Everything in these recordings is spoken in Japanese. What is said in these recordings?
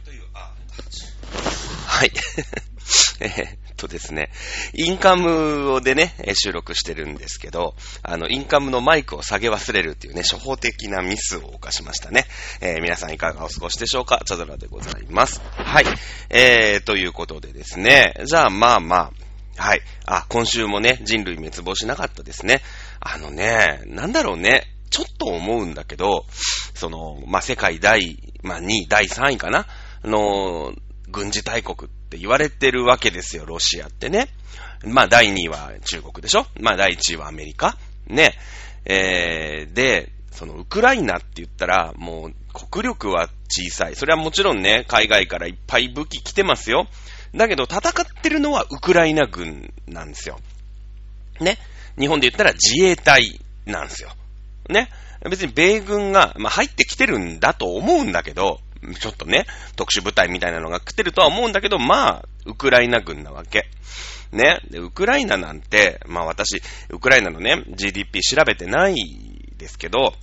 という、はい。ですね、インカムでね、収録してるんですけど、インカムのマイクを下げ忘れるっていうね、初歩的なミスを犯しましたね。皆さんいかがお過ごしでしょうか？チャドラでございます。はい。ということでですね、じゃあはい。今週もね、人類滅亡しなかったですね。なんだろうね、ちょっと思うんだけど、世界第2位、第3位かな軍事大国って言われてるわけですよ、ロシアってね。第2位は中国でしょ。第1位はアメリカ。ね。で、ウクライナって言ったら、もう、国力は小さい。それはもちろんね、海外からいっぱい武器来てますよ。だけど、戦ってるのはウクライナ軍なんですよ。ね。日本で言ったら自衛隊なんですよ。ね。別に米軍が、入ってきてるんだと思うんだけど、ちょっとね、特殊部隊みたいなのが来てるとは思うんだけど、ウクライナ軍なわけ。ね。で、ウクライナなんて、私、ウクライナのね、GDP 調べてないですけど、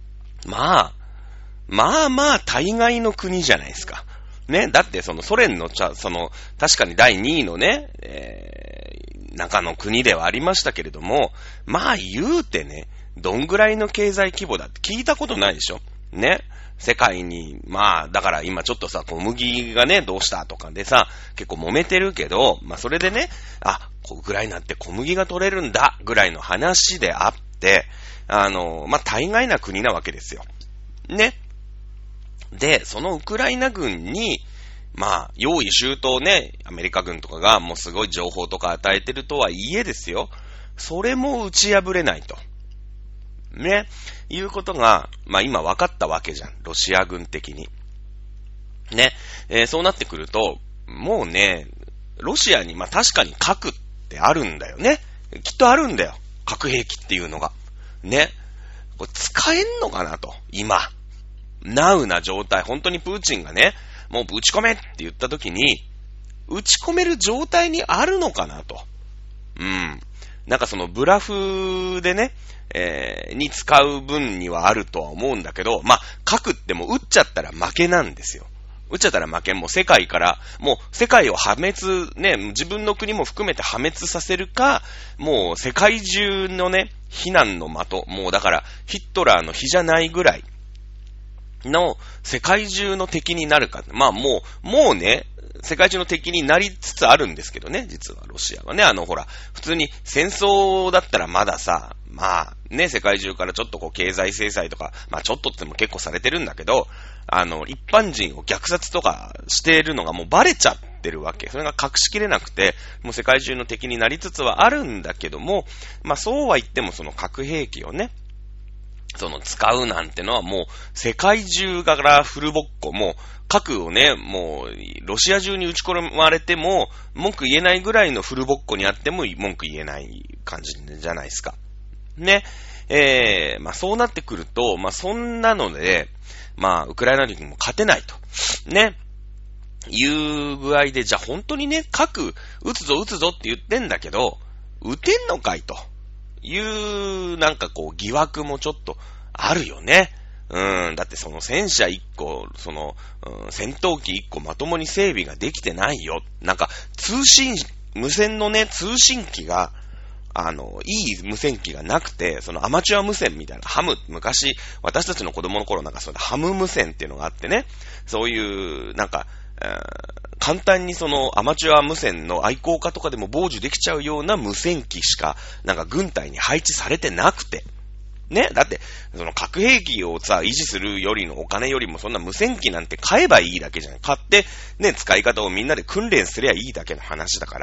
大概の国じゃないですか。ね。だって、ソ連の確かに第2位のね、中の国ではありましたけれども、言うてね、どんぐらいの経済規模だって聞いたことないでしょ。ね。世界に、だから今ちょっとさ、小麦がね、どうしたとかでさ、結構揉めてるけど、それでね、ウクライナって小麦が取れるんだ、ぐらいの話であって、大概な国なわけですよ。ね。で、そのウクライナ軍に、用意周到ね、アメリカ軍とかがもうすごい情報とか与えてるとはいえですよ、それも打ち破れないと。ね、いうことが、今分かったわけじゃん。ロシア軍的に。ね、そうなってくると、もうね、ロシアに、確かに核ってあるんだよね。きっとあるんだよ。核兵器っていうのが。ね。これ使えんのかなと。今。ナウな状態。本当にプーチンがね、もう打ち込めって言った時に、打ち込める状態にあるのかなと。なんかブラフでね、に使う分にはあるとは思うんだけど、核ってもう撃っちゃったら負けなんですよ。撃っちゃったら負け。もう世界から、もう世界を破滅、ね、自分の国も含めて破滅させるか、もう世界中のね、非難の的、もうだからヒットラーの比じゃないぐらいの世界中の敵になるか。もうね、世界中の敵になりつつあるんですけどね、実はロシアはね、普通に戦争だったらまださ、世界中からちょっと経済制裁とか、ちょっとっても結構されてるんだけど、一般人を虐殺とかしているのがもうバレちゃってるわけ。それが隠しきれなくて、もう世界中の敵になりつつはあるんだけども、そうは言ってもその核兵器をね、使うなんてのはもう世界中からフルボッコ、もう核をね、もうロシア中に撃ち込まれても文句言えないぐらいのフルボッコにあっても文句言えない感じじゃないですか。ね。そうなってくると、そんなので、ウクライナ軍も勝てないと。ね。いう具合で、じゃあ本当にね、核撃つぞって言ってんだけど、撃てんのかいと。なんか疑惑もちょっとあるよね。だって戦車1個、戦闘機1個まともに整備ができてないよ。なんか無線のね、通信機が、いい無線機がなくて、アマチュア無線みたいな、昔、私たちの子供の頃なんかハム無線っていうのがあってね、そういう、なんか、簡単にアマチュア無線の愛好家とかでも傍受できちゃうような無線機しか、なんか軍隊に配置されてなくて。ね。だって、核兵器を維持するよりのお金よりもそんな無線機なんて買えばいいだけじゃない。買って、ね、使い方をみんなで訓練すりゃいいだけの話だから、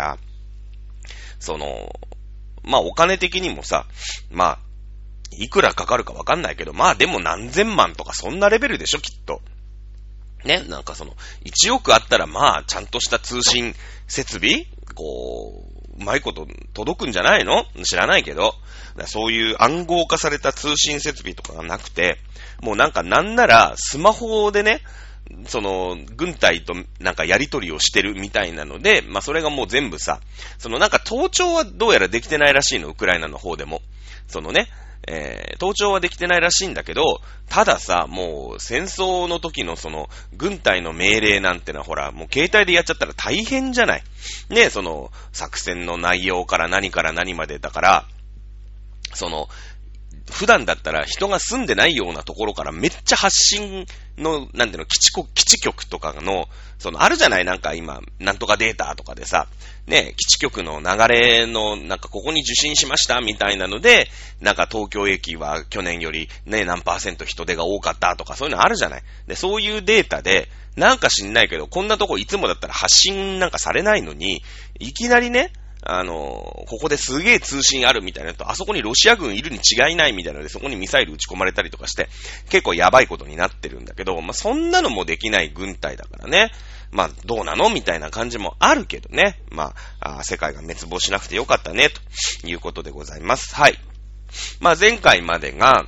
お金的にもさ、いくらかかるかわかんないけど、でも何千万とかそんなレベルでしょ、きっと。ね、なんか1億あったらちゃんとした通信設備うまいこと届くんじゃないの？知らないけど。そういう暗号化された通信設備とかがなくて、もうなんならスマホでね、 その、軍隊となんかやりとりをしてるみたいなので、まあそれがもう全部さ、そのなんか盗聴はどうやらできてないらしいの、ウクライナの方でも。そのね、盗聴はできてないらしいんだけど、たださ、もう戦争の時のその、軍隊の命令なんてのはほら、もう携帯でやっちゃったら大変じゃない。ね、その、作戦の内容から何までだから、その、普段だったら人が住んでないようなところからめっちゃ発信の、なんていうの、基地局とかの、その、あるじゃないなんか今、なんとかデータとかでさ、ね、基地局の流れの、なんかここに受信しましたみたいなので、なんか東京駅は去年よりね、何%人手が多かったとかそういうのあるじゃない。で、そういうデータで、なんか知んないけど、こんなとこいつもだったら発信なんかされないのに、いきなりね、ここですげえ通信あるみたいなと、あそこにロシア軍いるに違いないみたいなので、そこにミサイル撃ち込まれたりとかして、結構やばいことになってるんだけど、まあ、そんなのもできない軍隊だからね。まあ、どうなのみたいな感じもあるけどね。まあ、世界が滅亡しなくてよかったね、ということでございます。はい。まあ、前回までが、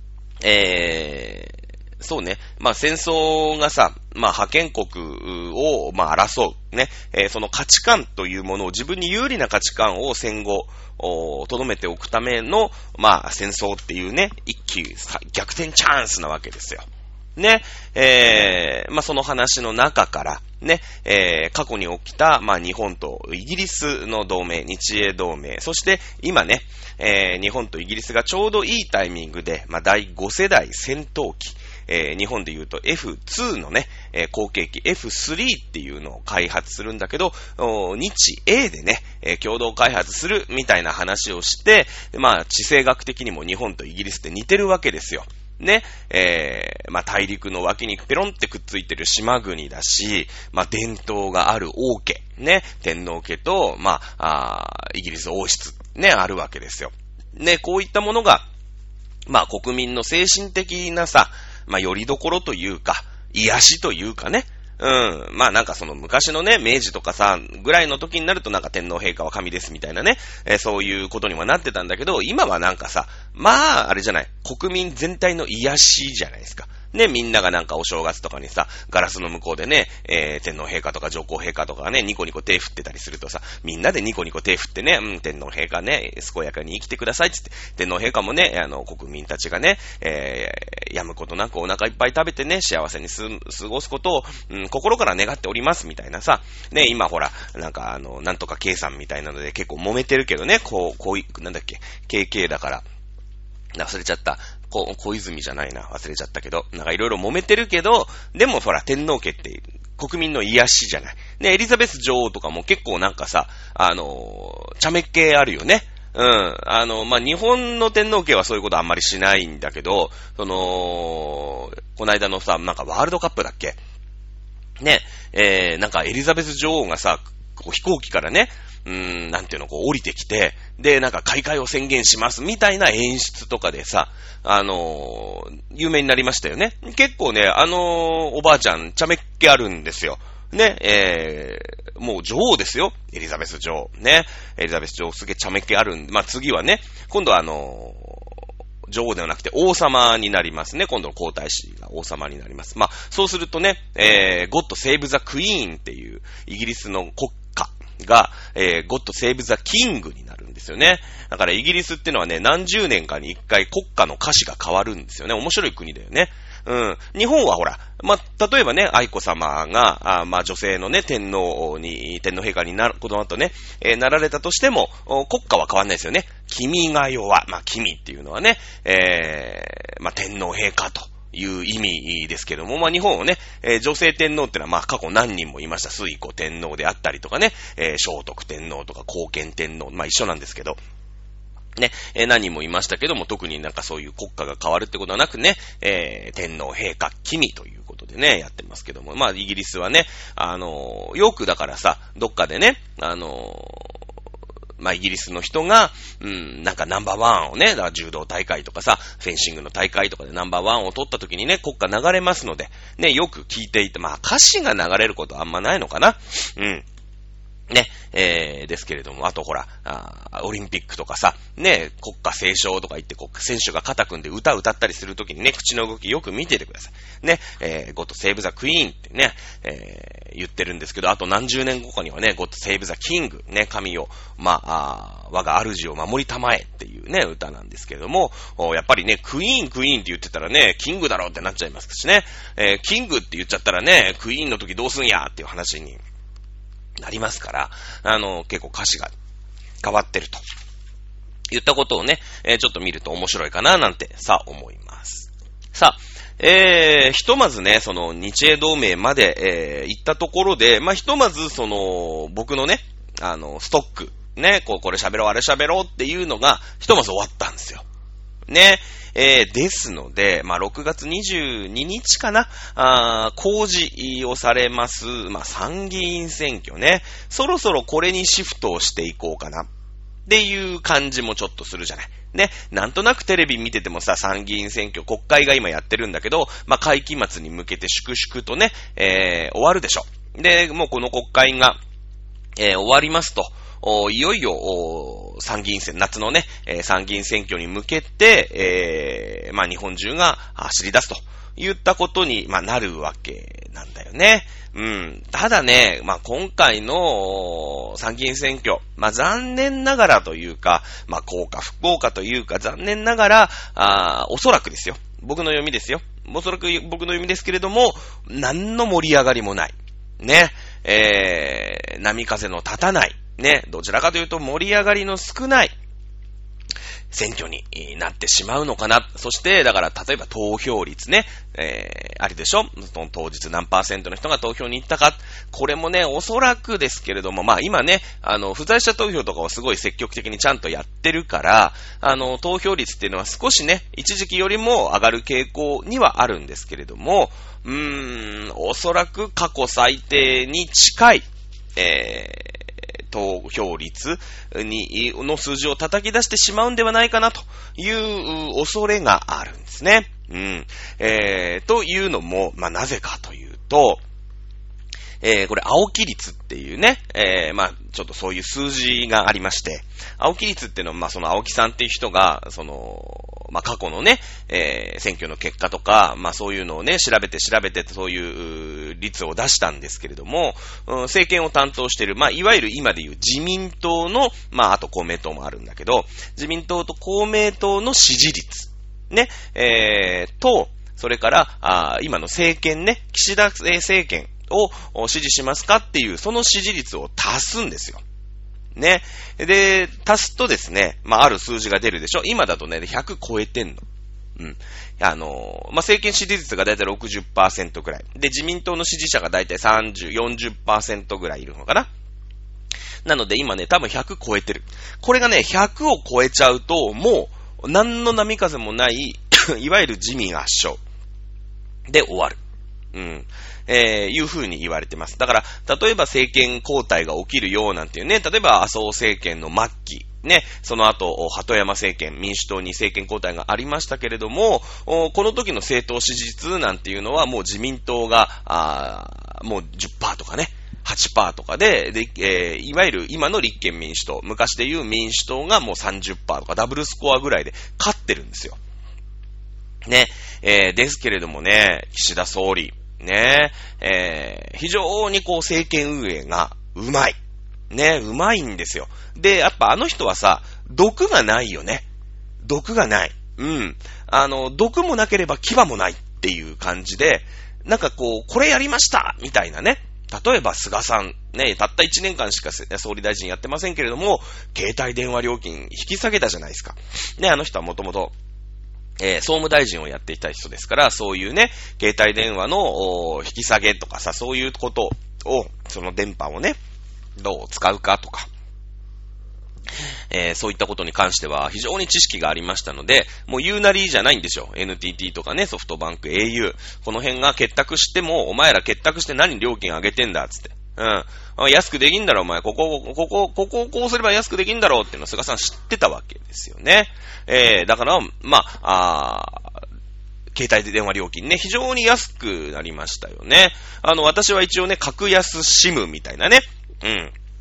そうね。まあ戦争がさ、まあ覇権国を、まあ争う。ね。その価値観というものを自分に有利な価値観を戦後、留めておくための、まあ戦争っていうね、一気逆転チャンスなわけですよ。ね。まあその話の中から、ね、過去に起きた、まあ日本とイギリスの同盟、日英同盟、そして今ね、日本とイギリスがちょうどいいタイミングで、まあ第5世代戦闘機、日本で言うと F2 のね、後継機 F3 っていうのを開発するんだけど、日英でね、共同開発するみたいな話をして、まあ地政学的にも日本とイギリスって似てるわけですよ。ね、まあ大陸の脇にペロンってくっついてる島国だし、まあ伝統がある王家、ね、天皇家と、まあ、イギリス王室、ね、あるわけですよ。ね、こういったものが、まあ国民の精神的なさ、まあ、よりどころというか、癒しというかね。まあなんかその昔のね、明治とかさ、ぐらいの時になるとなんか天皇陛下は神ですみたいなね、そういうことにはなってたんだけど、今はなんかさ、まあ、あれじゃない、国民全体の癒しじゃないですか。ね、みんながなんかお正月とかにさ、ガラスの向こうでね、天皇陛下とか上皇陛下とかがね、ニコニコ手振ってたりするとさ、みんなでニコニコ手振ってね、天皇陛下ね、健やかに生きてくださいって言って、天皇陛下もね、国民たちがね、やむことなくお腹いっぱい食べてね、幸せに過ごすことを、心から願っておりますみたいなさ、ね、今ほら、なんかなんとか計算みたいなので結構揉めてるけどね、なんだっけ、KK だから、忘れちゃった。小泉じゃないな。忘れちゃったけど。なんかいろいろ揉めてるけど、でもほら、天皇家って国民の癒しじゃない。ね、エリザベス女王とかも結構なんかさ、茶目っ気あるよね。まあ、日本の天皇家はそういうことあんまりしないんだけど、この間のさ、なんかワールドカップだっけね、なんかエリザベス女王がさ、飛行機からね、なんていうの、降りてきて、で、なんか開会を宣言しますみたいな演出とかでさ、有名になりましたよね。結構ね、おばあちゃん、茶目っ気あるんですよ。ね、もう女王ですよ。エリザベス女王。ね。エリザベス女王すげえ茶目っ気あるんで、まあ、次はね、今度は女王ではなくて王様になりますね。今度の皇太子が王様になります。まあ、そうするとね、God Save the Queen っていうイギリスの国家が、God Save the King になるんですよね。だからイギリスってのはね、何十年かに一回国家の歌詞が変わるんですよね。面白い国だよね。日本はほら、まあ、例えばね、愛子様が、まあ、女性のね、天皇陛下になることとね、なられたとしても、国家は変わんないですよね。君が代は、まあ、君っていうのはね、まあ、天皇陛下という意味ですけども、まあ、日本はね、女性天皇ってのは、まあ、過去何人もいました。推古天皇であったりとかね、聖徳天皇とか皇憲天皇、まあ、一緒なんですけど、ね、何人もいましたけども、特になんかそういう国家が変わるってことはなくね、天皇陛下君ということでね、やってますけども、まあ、イギリスはね、よくだからさ、どっかでね、まあ、イギリスの人が、なんかナンバーワンをね、だから柔道大会とかさ、フェンシングの大会とかでナンバーワンを取った時にね、国歌流れますので、ね、よく聞いていて、まあ、歌詞が流れることはあんまないのかな。 ね、ですけれども、あとほら、オリンピックとかさ、ね、国歌斉唱とか言って、選手が肩組んで歌ったりするときにね、口の動きよく見ててください。ね、God Save the Queen ってね、言ってるんですけど、あと何十年後かにはね、God Save the King、ね、神を、我が主を守りたまえっていうね、歌なんですけれども、やっぱりね、クイーンって言ってたらね、キングだろうってなっちゃいますしね、キングって言っちゃったらね、クイーンの時どうすんやっていう話に、なりますから、結構歌詞が変わってると言ったことをね、ちょっと見ると面白いかななんて思います。さあ、ひとまずね、その日英同盟まで、行ったところで、ひとまずその僕のね、ストックね、これ喋ろうあれ喋ろうっていうのがひとまず終わったんですよ。ね。ですので、6月22日かな、公示をされます、参議院選挙ね。そろそろこれにシフトをしていこうかな。っていう感じもちょっとするじゃない。ね。なんとなくテレビ見ててもさ、参議院選挙、国会が今やってるんだけど、会期末に向けて粛々とね、終わるでしょ。で、もうこの国会が、終わりますと。いよいよ、参議院選、夏のね、参議院選挙に向けて、日本中が走り出すと言ったことに、なるわけなんだよね。うん。ただね、今回の参議院選挙、残念ながらというか、幸か不幸かというか、残念ながら、おそらくですよ。僕の読みですよ。おそらく僕の読みですけれども、何の盛り上がりもない。ね。波風の立たない。ね、どちらかというと盛り上がりの少ない選挙になってしまうのかな。そして、だから、例えば投票率ね、あれでしょ？当日何%の人が投票に行ったか。これもね、おそらくですけれども、今ね、不在者投票とかをすごい積極的にちゃんとやってるから、投票率っていうのは少しね、一時期よりも上がる傾向にはあるんですけれども、おそらく過去最低に近い、投票率の数字を叩き出してしまうんではないかなという恐れがあるんですね。というのも、なぜかというと、これ、青木率っていうね、ちょっとそういう数字がありまして、青木率っていうのは、その青木さんっていう人が、過去のね、選挙の結果とか、そういうのをね、調べて、そういう率を出したんですけれども、政権を担当している、いわゆる今でいう自民党の、あと公明党もあるんだけど、自民党と公明党の支持率、ね、それから、今の政権ね、岸田政権を支持しますかっていう、その支持率を足すんですよ。ね。で、足すとですね、ある数字が出るでしょ。今だとね、100超えてんの。政権支持率がだいたい 60% くらい。で、自民党の支持者がだいたい30、40% ぐらいいるのかな。なので今ね、多分100超えてる。これがね、100を超えちゃうと、もう、何の波風もない、いわゆる自民圧勝。で終わる。いう風に言われてます。だから、例えば政権交代が起きるようなんていうね、例えば麻生政権の末期、ね、その後、鳩山政権、民主党に政権交代がありましたけれども、この時の政党支持率なんていうのはもう自民党が、もう 10% とかね、8% とかで、いわゆる今の立憲民主党、昔でいう民主党がもう 30% とかダブルスコアぐらいで勝ってるんですよ。ね、ですけれどもね、岸田総理、ね、非常に政権運営がうまい。ね、うまいんですよ。で、やっぱあの人はさ、毒がないよね。毒がない。毒もなければ牙もないっていう感じで、これやりましたみたいなね。例えば菅さん、ね、たった1年間しか総理大臣やってませんけれども、携帯電話料金引き下げたじゃないですか。ね、あの人はもともと、総務大臣をやっていた人ですから、そういうね、携帯電話の引き下げとかさ、そういうことを、その電波をね、どう使うかとか、そういったことに関しては非常に知識がありましたので、もう言うなりじゃないんですよ。NTT とかね、ソフトバンク、au。この辺が結託しても、お前ら結託して何料金上げてんだ、つって。安くできんだろ、お前。ここをこうすれば安くできんだろうっていうのを菅さん知ってたわけですよね。だから、携帯電話料金ね、非常に安くなりましたよね。私は一応ね、格安SIMみたいなね、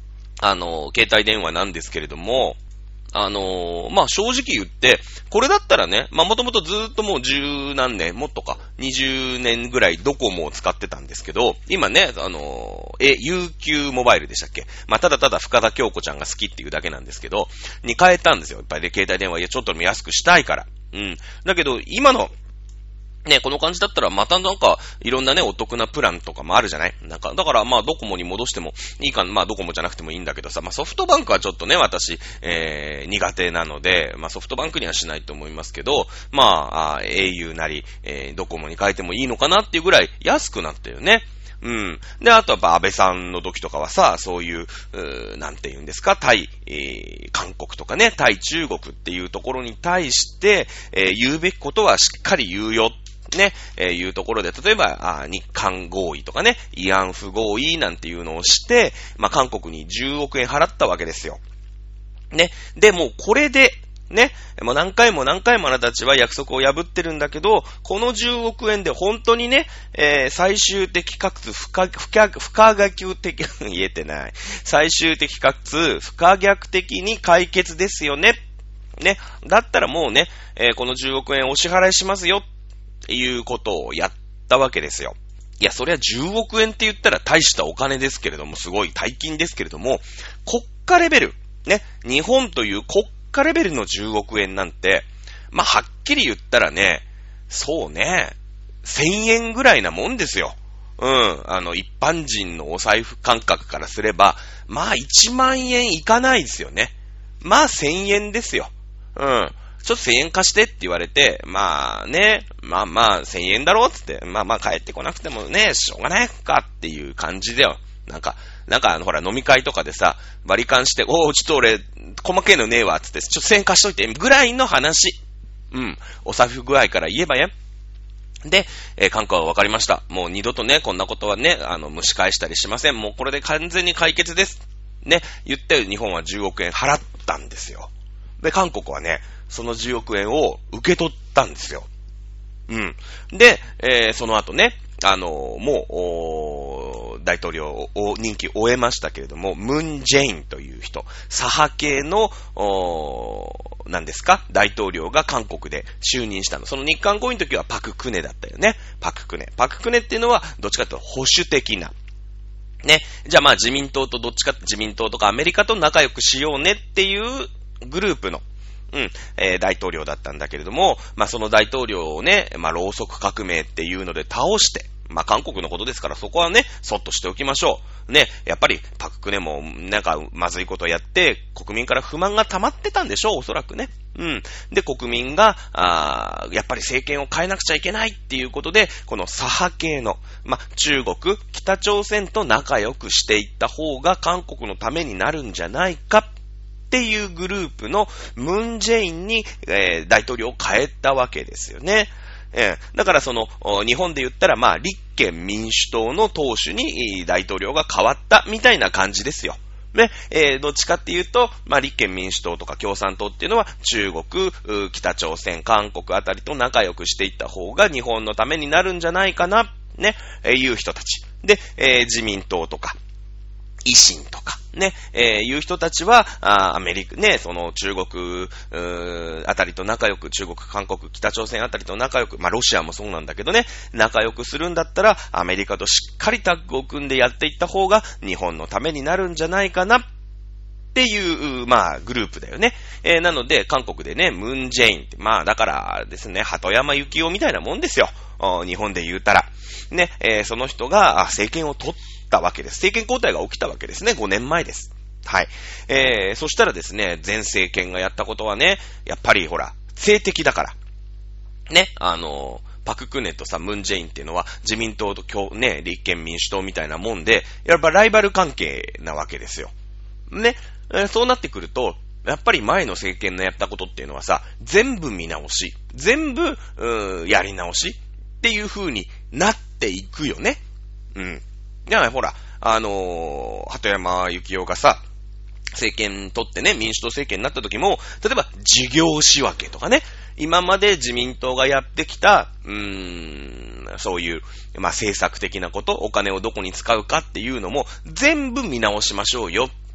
携帯電話なんですけれども、まあ、正直言って、これだったらね、まあ、もともとずーっともう十何年、もっとか、20年ぐらいドコモを使ってたんですけど、今ね、UQ モバイルでしたっけ？まあ、ただただ深田京子ちゃんが好きっていうだけなんですけど、に変えたんですよ。やっぱりね、携帯電話、ちょっとでも安くしたいから。うん。だけど、今の、ね、この感じだったらまたなんかいろんなねお得なプランとかもあるじゃない？なんかだからまあドコモに戻してもいいか、まあドコモじゃなくてもいいんだけどさ、まあソフトバンクはちょっとね私、苦手なので、まあソフトバンクにはしないと思いますけど、まあau なり、ドコモに変えてもいいのかなっていうぐらい安くなったよね。うん。で、あとはやっぱ安倍さんの時とかはさ、そういう、なんて言うんですか、対、韓国とかね、対中国っていうところに対して、言うべきことはしっかり言うよ。ね、いうところで、例えば、日韓合意とかね、慰安婦合意なんていうのをして、まあ、韓国に10億円払ったわけですよ。ね。で、もうこれで、ね、もう何回もあなたたちは約束を破ってるんだけど、この10億円で本当にね、最終的かつ不可逆的、言えてない。最終的かつ不可逆的に解決ですよね。ね。だったらもうね、この10億円お支払いしますよ。っていうことをやったわけですよ。いや、それは10億円って言ったら大したお金ですけれども、すごい大金ですけれども、国家レベル、ね、日本という国家レベルの10億円なんて、まあ、はっきり言ったらね、そうね、1000円ぐらいなもんですよ。うん、一般人のお財布感覚からすれば、まあ、1万円いかないですよね。まあ、1000円ですよ。うん。ちょっと1000円貸してって言われて、まあね、まあ1000円だろうってって、まあ帰ってこなくてもね、しょうがないかっていう感じだよ。なんかほら飲み会とかでさ、割り勘して、ちょっと俺、細けえのねえわってって、ちょっと1000円貸しといて、ぐらいの話。うん。お財布具合から言えばね。で、韓国は分かりました。もう二度とね、こんなことはね、蒸し返したりしません。もうこれで完全に解決です。ね、言って日本は10億円払ったんですよ。で、韓国はね、その10億円を受け取ったんですよ。うん。で、その後ね、もう、大統領を任期終えましたけれども、ムン・ジェインという人、左派系の、何ですか、大統領が韓国で就任したの。その日韓合意の時はパククネだったよね。パククネっていうのは、どっちかというと保守的な。ね。じゃあまあ自民党とどっちか、自民党とかアメリカと仲良くしようねっていうグループの、大統領だったんだけれども、まあ、その大統領をね、まあ、ろうそく革命っていうので倒して、まあ、韓国のことですから、そこはね、そっとしておきましょう。ね、やっぱり、パククネも、なんか、まずいことをやって、国民から不満が溜まってたんでしょう、おそらくね。うん。で、国民が、やっぱり政権を変えなくちゃいけないっていうことで、この左派系の、まあ、中国、北朝鮮と仲良くしていった方が、韓国のためになるんじゃないか、っていうグループのムンジェインに、大統領を変えたわけですよね。だからその日本で言ったらまあ立憲民主党の党首に大統領が変わったみたいな感じですよ。ね、どっちかっていうと、まあ立憲民主党とか共産党っていうのは中国、北朝鮮、韓国あたりと仲良くしていった方が日本のためになるんじゃないかな、ね、いう人たち。で、自民党とか維新とか。ね、いう人たちは、アメリカ、ね、その中国、あたりと仲良く、中国、韓国、北朝鮮あたりと仲良く、まあ、ロシアもそうなんだけどね、仲良くするんだったら、アメリカとしっかりタッグを組んでやっていった方が、日本のためになるんじゃないかな、っていう、まあ、グループだよね。なので、韓国でね、ムン・ジェインって、まあ、だからですね、鳩山幸夫みたいなもんですよ。日本で言うたら。ね、その人が、政権を取ったわけです。政権交代が起きたわけですね。5年前です。はい。そしたらですね、前政権がやったことはね、やっぱりほら、性的だから。ね、パククネとさ、ムンジェインっていうのは自民党とね、立憲民主党みたいなもんで、やっぱライバル関係なわけですよ。ね、そうなってくると、やっぱり前の政権のやったことっていうのはさ、全部見直し、全部、やり直しっていう風になっていくよね。うん。じゃあほら、鳩山幸夫がさ、政権取ってね、民主党政権になった時も、例えば事業仕分けとかね、今まで自民党がやってきた、そういう、まあ、政策的なこと、お金をどこに使うかっていうのも、全部見直しましょうよ。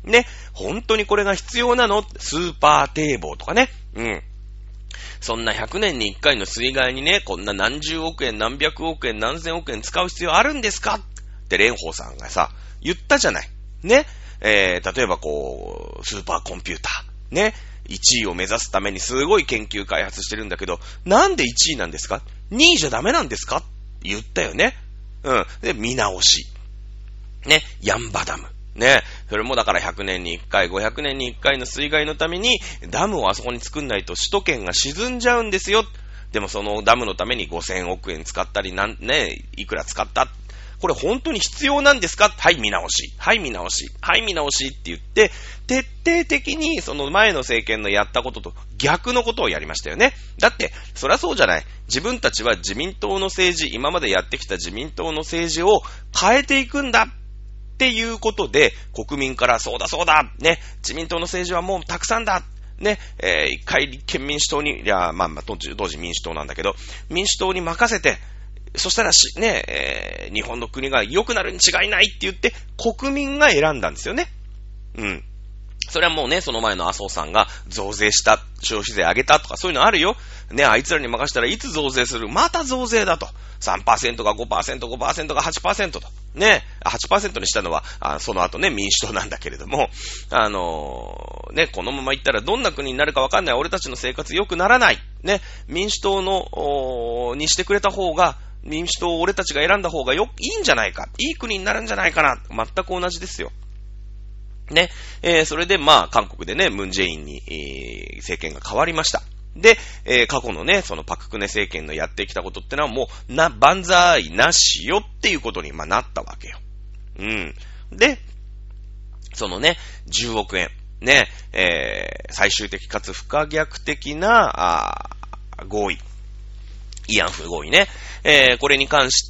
ね、本当にこれが必要なの？スーパー堤防とかね。そんな100年に1回の水害にね、こんな何十億円、何百億円、何千億円使う必要あるんですかって蓮舫さんがさ、言ったじゃない。ね。例えばスーパーコンピューター。ね。1位を目指すためにすごい研究開発してるんだけど、なんで1位なんですか？ 2 位じゃダメなんですか？言ったよね。で、見直し。ね。ヤンバダム。ね。それもだから100年に1回、500年に1回の水害のために、ダムをあそこに作んないと首都圏が沈んじゃうんですよ。でもそのダムのために5000億円使ったり、いくら使った。これ本当に必要なんですか？はい、見直し。はい、見直し。はい、見直しって言って、徹底的にその前の政権のやったことと逆のことをやりましたよね。だって、そりゃそうじゃない。自分たちは自民党の政治、今までやってきた自民党の政治を変えていくんだ。っていうことで、国民からそうだそうだね、自民党の政治はもうたくさんだね、一回立憲民主党に、当時民主党なんだけど、民主党に任せて、そしたら日本の国が良くなるに違いないって言って、国民が選んだんですよね。それはもうね、その前の麻生さんが増税した、消費税上げたとかそういうのあるよ。ね、あいつらに任せたらいつ増税する？また増税だと。3% が 5%、5% が 8% と。ね、8% にしたのは、その後ね、民主党なんだけれども、ね、このままいったらどんな国になるかわかんない。俺たちの生活良くならない。ね、民主党にしてくれた方が、民主党を俺たちが選んだ方がいいんじゃないか。いい国になるんじゃないかな。全く同じですよ。ね、それで韓国でね、ムンジェインに、政権が変わりました。で、過去のね、そのパククネ政権のやってきたことってのはもう、万歳なしよっていうことに、なったわけよ。で、そのね、10億円、ね、最終的かつ不可逆的な、合意。慰安婦合意ね。これに関して、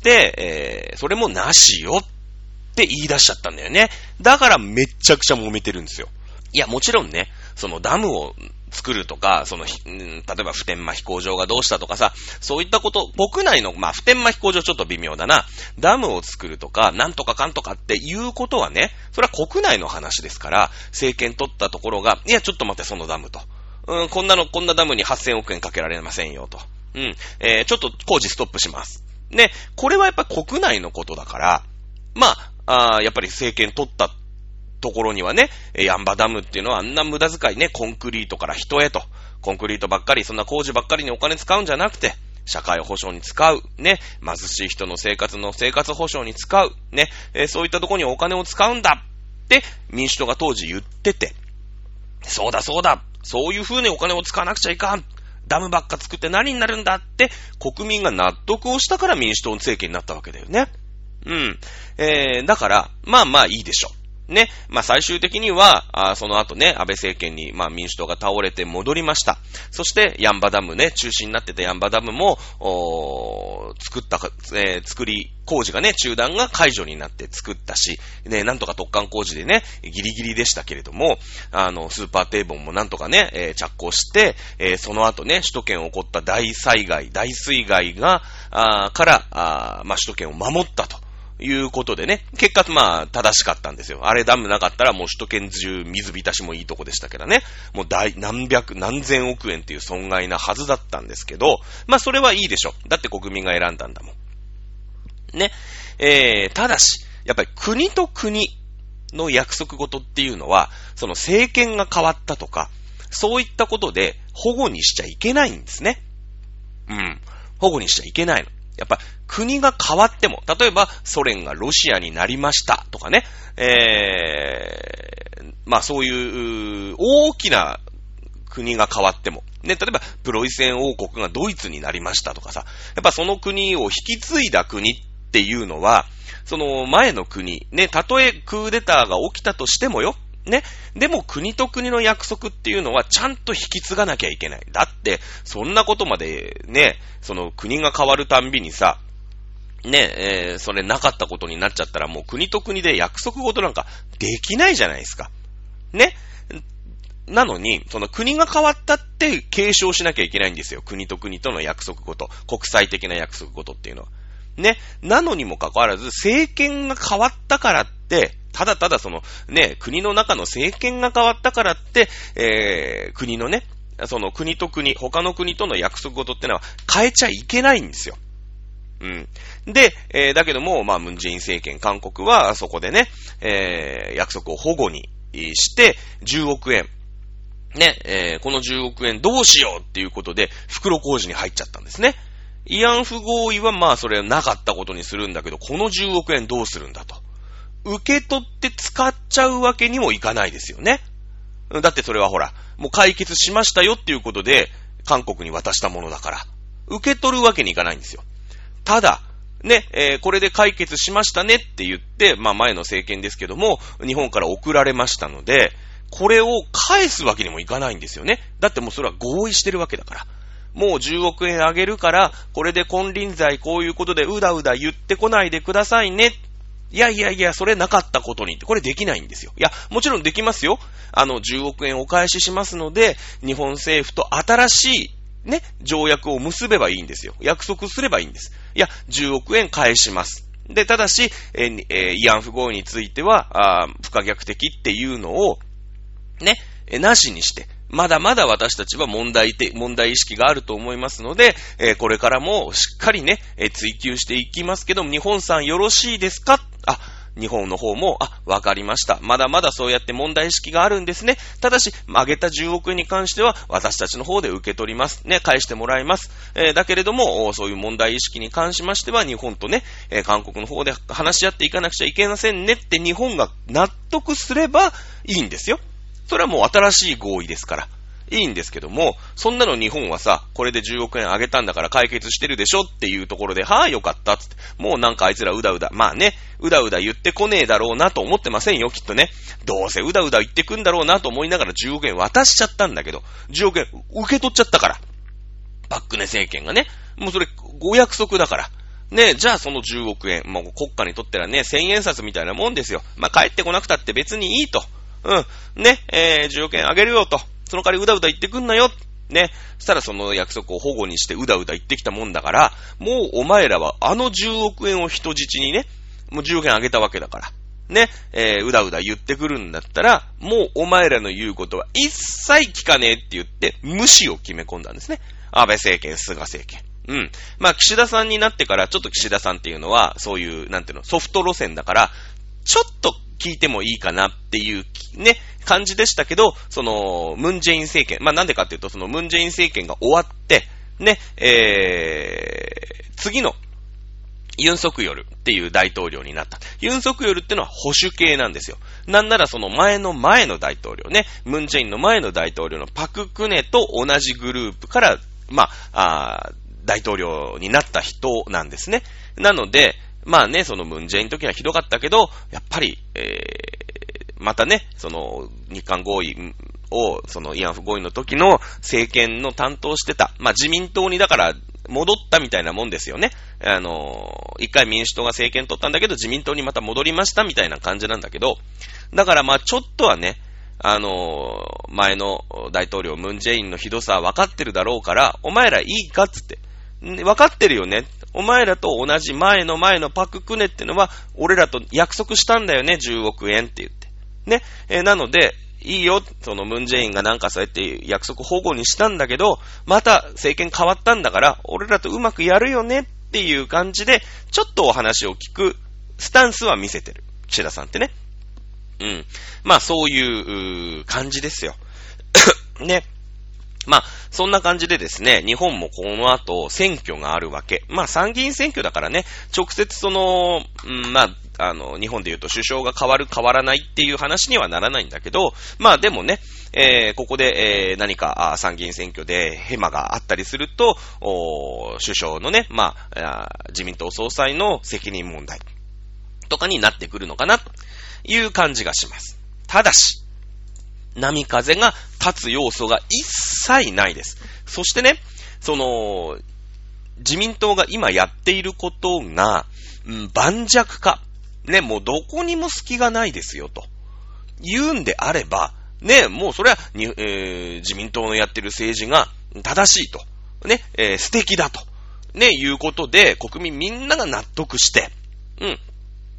それもなしよって言い出しちゃったんだよね。だからめっちゃくちゃ揉めてるんですよ。いや、もちろんね、そのダムを作るとか、例えば普天間飛行場がどうしたとかさ、そういったこと、国内の、普天間飛行場ちょっと微妙だな。ダムを作るとか、なんとかかんとかっていうことはね、それは国内の話ですから、政権取ったところが、いや、ちょっと待って、そのダムと。こんなダムに8000億円かけられませんよと。ちょっと工事ストップします。ね、これはやっぱ国内のことだから、やっぱり政権取ったところにはね、ヤンバダムっていうのはあんな無駄遣いね、コンクリートから人へと、コンクリートばっかり、そんな工事ばっかりにお金使うんじゃなくて、社会保障に使う、ね、貧しい人の生活保障に使う、ね、そういったところにお金を使うんだって民主党が当時言ってて、そうだ、そういう風にお金を使わなくちゃいかん。ダムばっか作って何になるんだって国民が納得をしたから民主党の政権になったわけだよね。だから、いいでしょ。ね。最終的には、その後ね、安倍政権に、民主党が倒れて戻りました。そして、ヤンバダムね、中止になってたヤンバダムも、作り工事がね、中断が解除になって作ったし、ね、なんとか突貫工事でね、ギリギリでしたけれども、スーパー堤防もなんとかね、着工して、その後ね、首都圏起こった大水害が、首都圏を守ったと。いうことでね、結果正しかったんですよ。あれダムなかったらもう首都圏中水浸しもいいとこでしたからね。もう何千億円っていう損害なはずだったんですけど、それはいいでしょ。だって国民が選んだんだもん。ね。ただし、やっぱり国と国の約束事っていうのは、その政権が変わったとか、そういったことで保護にしちゃいけないんですね。保護にしちゃいけないの。やっぱ国が変わっても、例えばソ連がロシアになりましたとかね、そういう大きな国が変わっても、ね、例えばプロイセン王国がドイツになりましたとかさ、やっぱその国を引き継いだ国っていうのは、その前の国、ね、たとえクーデターが起きたとしてもよ、ね。でも国と国の約束っていうのはちゃんと引き継がなきゃいけない。だって、そんなことまでね、その国が変わるたんびにさ、ね、それなかったことになっちゃったらもう国と国で約束事なんかできないじゃないですか。ね。なのに、その国が変わったって継承しなきゃいけないんですよ。国と国との約束事。国際的な約束事っていうのは。ね。なのにもかかわらず、政権が変わったからって、 ただただ国の中の政権が変わったからって、国のね、国と国、他の国との約束事ってのは変えちゃいけないんですよ。うん。で、だけども、まあ、ムンジェイン政権、韓国はそこでね、約束を反故にして、10億円。ね、この10億円どうしようっていうことで、袋小路に入っちゃったんですね。慰安婦合意はまあ、それはなかったことにするんだけど、この10億円どうするんだと。受け取って使っちゃうわけにもいかないですよね。だってそれはほら、もう解決しましたよっていうことで、韓国に渡したものだから、受け取るわけにいかないんですよ。ただ、ね、これで解決しましたねって言って、まあ前の政権ですけども、日本から送られましたので、これを返すわけにもいかないんですよね。だってもうそれは合意してるわけだから。もう10億円あげるから、これで金輪際こういうことでうだうだ言ってこないでくださいね。いや、それなかったことにって、これできないんですよ。いや、もちろんできますよ。10億円お返ししますので、日本政府と新しい、ね、条約を結べばいいんですよ。約束すればいいんです。いや、10億円返します。で、ただし、慰安婦合意については、不可逆的っていうのを、ね、なしにして、まだまだ私たちは問題意識があると思いますので、これからもしっかりね、追求していきますけども、日本さんよろしいですか？日本の方も、わかりました。まだまだそうやって問題意識があるんですね。ただし、上げた10億円に関しては、私たちの方で受け取ります。ね、返してもらいます。だけれども、そういう問題意識に関しましては、日本とね、韓国の方で話し合っていかなくちゃいけませんねって日本が納得すればいいんですよ。それはもう新しい合意ですから。いいんですけども、そんなの日本はさ、これで10億円あげたんだから解決してるでしょっていうところで、よかったっつって、もうなんかあいつらうだうだ、まあね、うだうだ言ってこねえだろうなと思ってませんよ、きっとね。どうせうだうだ言ってくんだろうなと思いながら10億円渡しちゃったんだけど、10億円受け取っちゃったから。パククネ政権がね、もうそれご約束だから。ね、じゃあその10億円、もう国家にとってはね、1000円札みたいなもんですよ。まあ帰ってこなくたって別にいいと。ね、10億円あげるよと。その代わりうだうだ言ってくんなよ。ね。そしたらその約束を保護にしてうだうだ言ってきたもんだから、もうお前らは10億円を人質にね、もう10億円あげたわけだから。ね。うだうだ言ってくるんだったら、もうお前らの言うことは一切聞かねえって言って、無視を決め込んだんですね。安倍政権、菅政権。まあ、岸田さんになってから、ちょっと岸田さんっていうのは、そういう、なんていうの、ソフト路線だから、ちょっと聞いてもいいかなっていうね、感じでしたけど、ムンジェイン政権、まあなんでかっていうと、ムンジェイン政権が終わって、ね、次のユン・ソクヨルっていう大統領になった。ユン・ソクヨルってのは保守系なんですよ。なんならその前の大統領ね、ムンジェインの前の大統領のパククネと同じグループから、まあ、大統領になった人なんですね。なので、まあね、そのムンジェインの時はひどかったけど、やっぱり、またね、日韓合意を、慰安婦合意の時の政権の担当してた。まあ自民党にだから戻ったみたいなもんですよね。一回民主党が政権取ったんだけど、自民党にまた戻りましたみたいな感じなんだけど、だからまあちょっとはね、前の大統領ムンジェインのひどさは分かってるだろうから、お前らいいかっつって、分かってるよね。お前らと同じ前のパククネってのは、俺らと約束したんだよね、10億円って言って。ね。なので、いいよ、ムンジェインがなんかそうやって約束保護にしたんだけど、また政権変わったんだから、俺らとうまくやるよねっていう感じで、ちょっとお話を聞くスタンスは見せてる。岸田さんってね。まあそういう感じですよ。ね。まあ、そんな感じでですね、日本もこの後選挙があるわけ。まあ参議院選挙だからね、直接まあ、日本で言うと首相が変わる変わらないっていう話にはならないんだけど、まあでもね、ここで、何か参議院選挙でヘマがあったりすると、首相のね、まあ、自民党総裁の責任問題とかになってくるのかなという感じがします。ただし、波風が立つ要素が一切ないです。そしてね、自民党が今やっていることが、盤石化。ね、もうどこにも隙がないですよ、と。言うんであれば、ね、もうそれは自民党のやってる政治が正しいと。ね、素敵だと。ね、いうことで、国民みんなが納得して、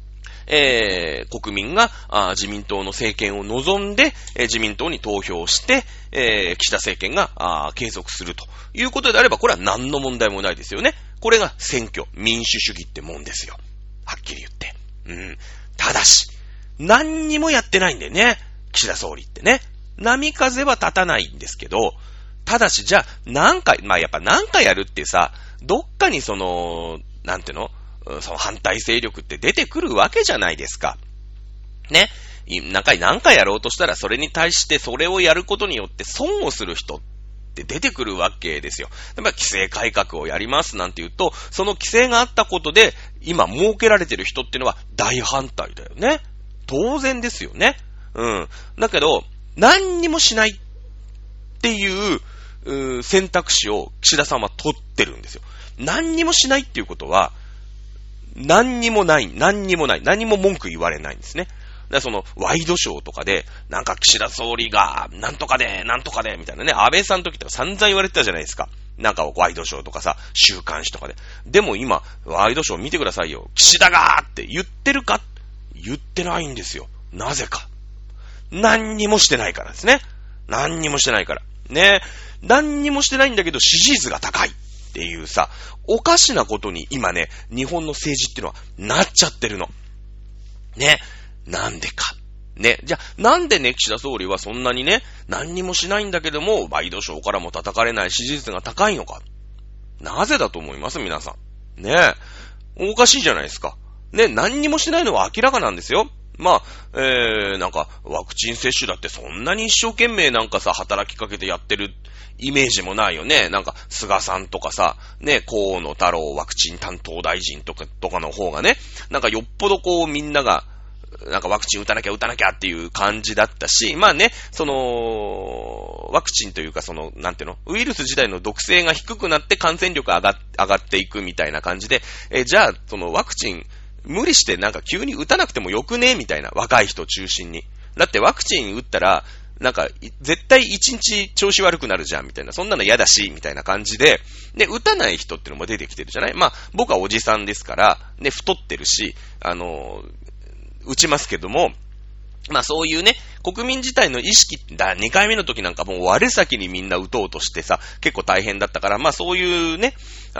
国民が自民党の政権を望んで、自民党に投票して、岸田政権が継続するということであれば、これは何の問題もないですよね。これが選挙、民主主義ってもんですよ。はっきり言って。ただし、何にもやってないんだよね。岸田総理ってね。波風は立たないんですけど、ただし、じゃあ、やっぱ何回やるってさ、どっかになんていうの？その反対勢力って出てくるわけじゃないですか。ね。何回やろうとしたら、それに対してそれをやることによって損をする人って出てくるわけですよ。規制改革をやりますなんて言うと、その規制があったことで、今設けられてる人っていうのは大反対だよね。当然ですよね。だけど、何にもしないっていう選択肢を岸田さんは取ってるんですよ。何にもしないっていうことは、何にも文句言われないんですね。だからワイドショーとかで、なんか岸田総理が、なんとかで、みたいなね、安倍さんの時とか散々言われてたじゃないですか。なんかワイドショーとかさ、週刊誌とかで。でも今、ワイドショー見てくださいよ。岸田がーって言ってるか？言ってないんですよ。なぜか。何にもしてないからですね。何にもしてないから。ね。何にもしてないんだけど支持率が高いっていうさ、おかしなことに今ね、日本の政治っていうのはなっちゃってるの。ね。なんでか。ね。じゃあ、なんでね、岸田総理はそんなにね、何にもしないんだけども、ワイドショーからも叩かれない支持率が高いのか。なぜだと思います皆さん。ね。おかしいじゃないですか。ね。何にもしないのは明らかなんですよ。なんか、ワクチン接種だってそんなに一生懸命なんかさ、働きかけてやってるイメージもないよね。なんか、菅さんとかさ、ね、河野太郎ワクチン担当大臣とかの方がね、なんかよっぽどみんなが、なんかワクチン打たなきゃっていう感じだったし、ワクチンというかなんていうの、ウイルス自体の毒性が低くなって感染力が上がっていくみたいな感じで、じゃあ、ワクチン、無理してなんか急に打たなくてもよくねみたいな、若い人中心に。だってワクチン打ったら、なんか、絶対一日調子悪くなるじゃんみたいな、そんなの嫌だし、みたいな感じで、で、打たない人ってのも出てきてるじゃない？僕はおじさんですから、ね、太ってるし、打ちますけども、そういうね、国民自体の意識、2回目の時なんかもう我先にみんな打とうとしてさ、結構大変だったから、そういうね、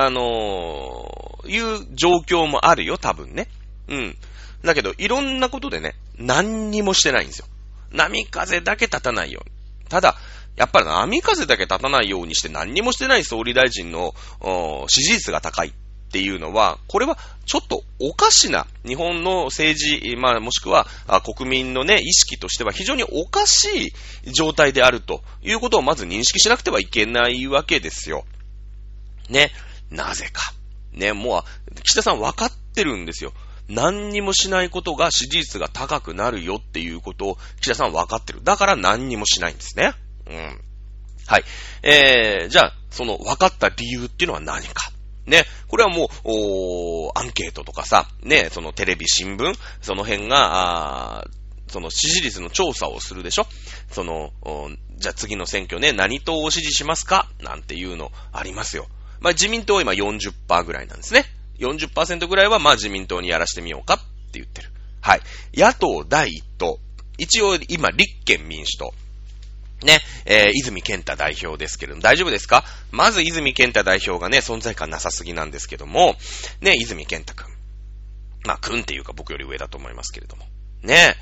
いう状況もあるよ、多分ね。だけど、いろんなことでね、何にもしてないんですよ。波風だけ立たないように。ただ、やっぱり波風だけ立たないようにして何にもしてない総理大臣の支持率が高いっていうのは、これはちょっとおかしな日本の政治、もしくは国民のね、意識としては非常におかしい状態であるということをまず認識しなくてはいけないわけですよ。ね。なぜか。ね、もう、岸田さん分かってるんですよ。何にもしないことが支持率が高くなるよっていうことを岸田さんは分かってる。だから何にもしないんですね。はい。じゃあ、その分かった理由っていうのは何か。ね。これはもう、アンケートとかさ、ね、テレビ、新聞、その辺が、支持率の調査をするでしょ？じゃあ次の選挙ね、何党を支持しますか？なんていうのありますよ。自民党は今 40% ぐらいなんですね。40% ぐらいは自民党にやらしてみようかって言ってる。はい。野党第一党。一応今立憲民主党。ね、泉健太代表ですけれども、大丈夫ですか？まず泉健太代表がね、存在感なさすぎなんですけども、ね、泉健太くん。くんっていうか僕より上だと思いますけれども。ね、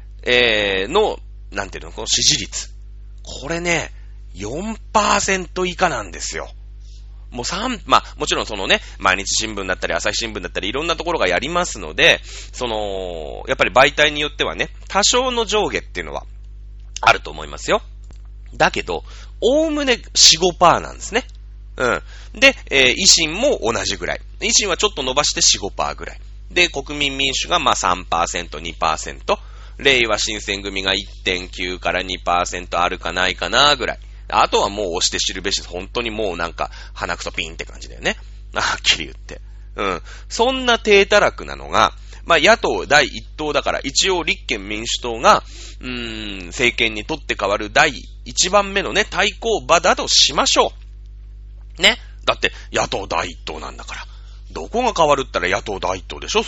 なんていうの、この支持率。これね、4% 以下なんですよ。もうもちろん毎日新聞だったり朝日新聞だったりいろんなところがやりますので、やっぱり媒体によってはね、多少の上下っていうのはあると思いますよ。だけど、おおむね 4-5% なんですね。で、維新も同じぐらい。維新はちょっと伸ばして 4-5% ぐらい。で、国民民主が3%、2%。令和新選組が 1.9 から 2% あるかないかなぐらい。あとはもう押して知るべし、本当にもうなんか鼻くそピンって感じだよね。はっきり言って。そんな低たらくなのが、野党第一党だから一応立憲民主党が、政権にとって変わる第一番目のね、対抗馬だとしましょう。ね。だって野党第一党なんだから。どこが変わるったら野党第一党でしょそりゃ。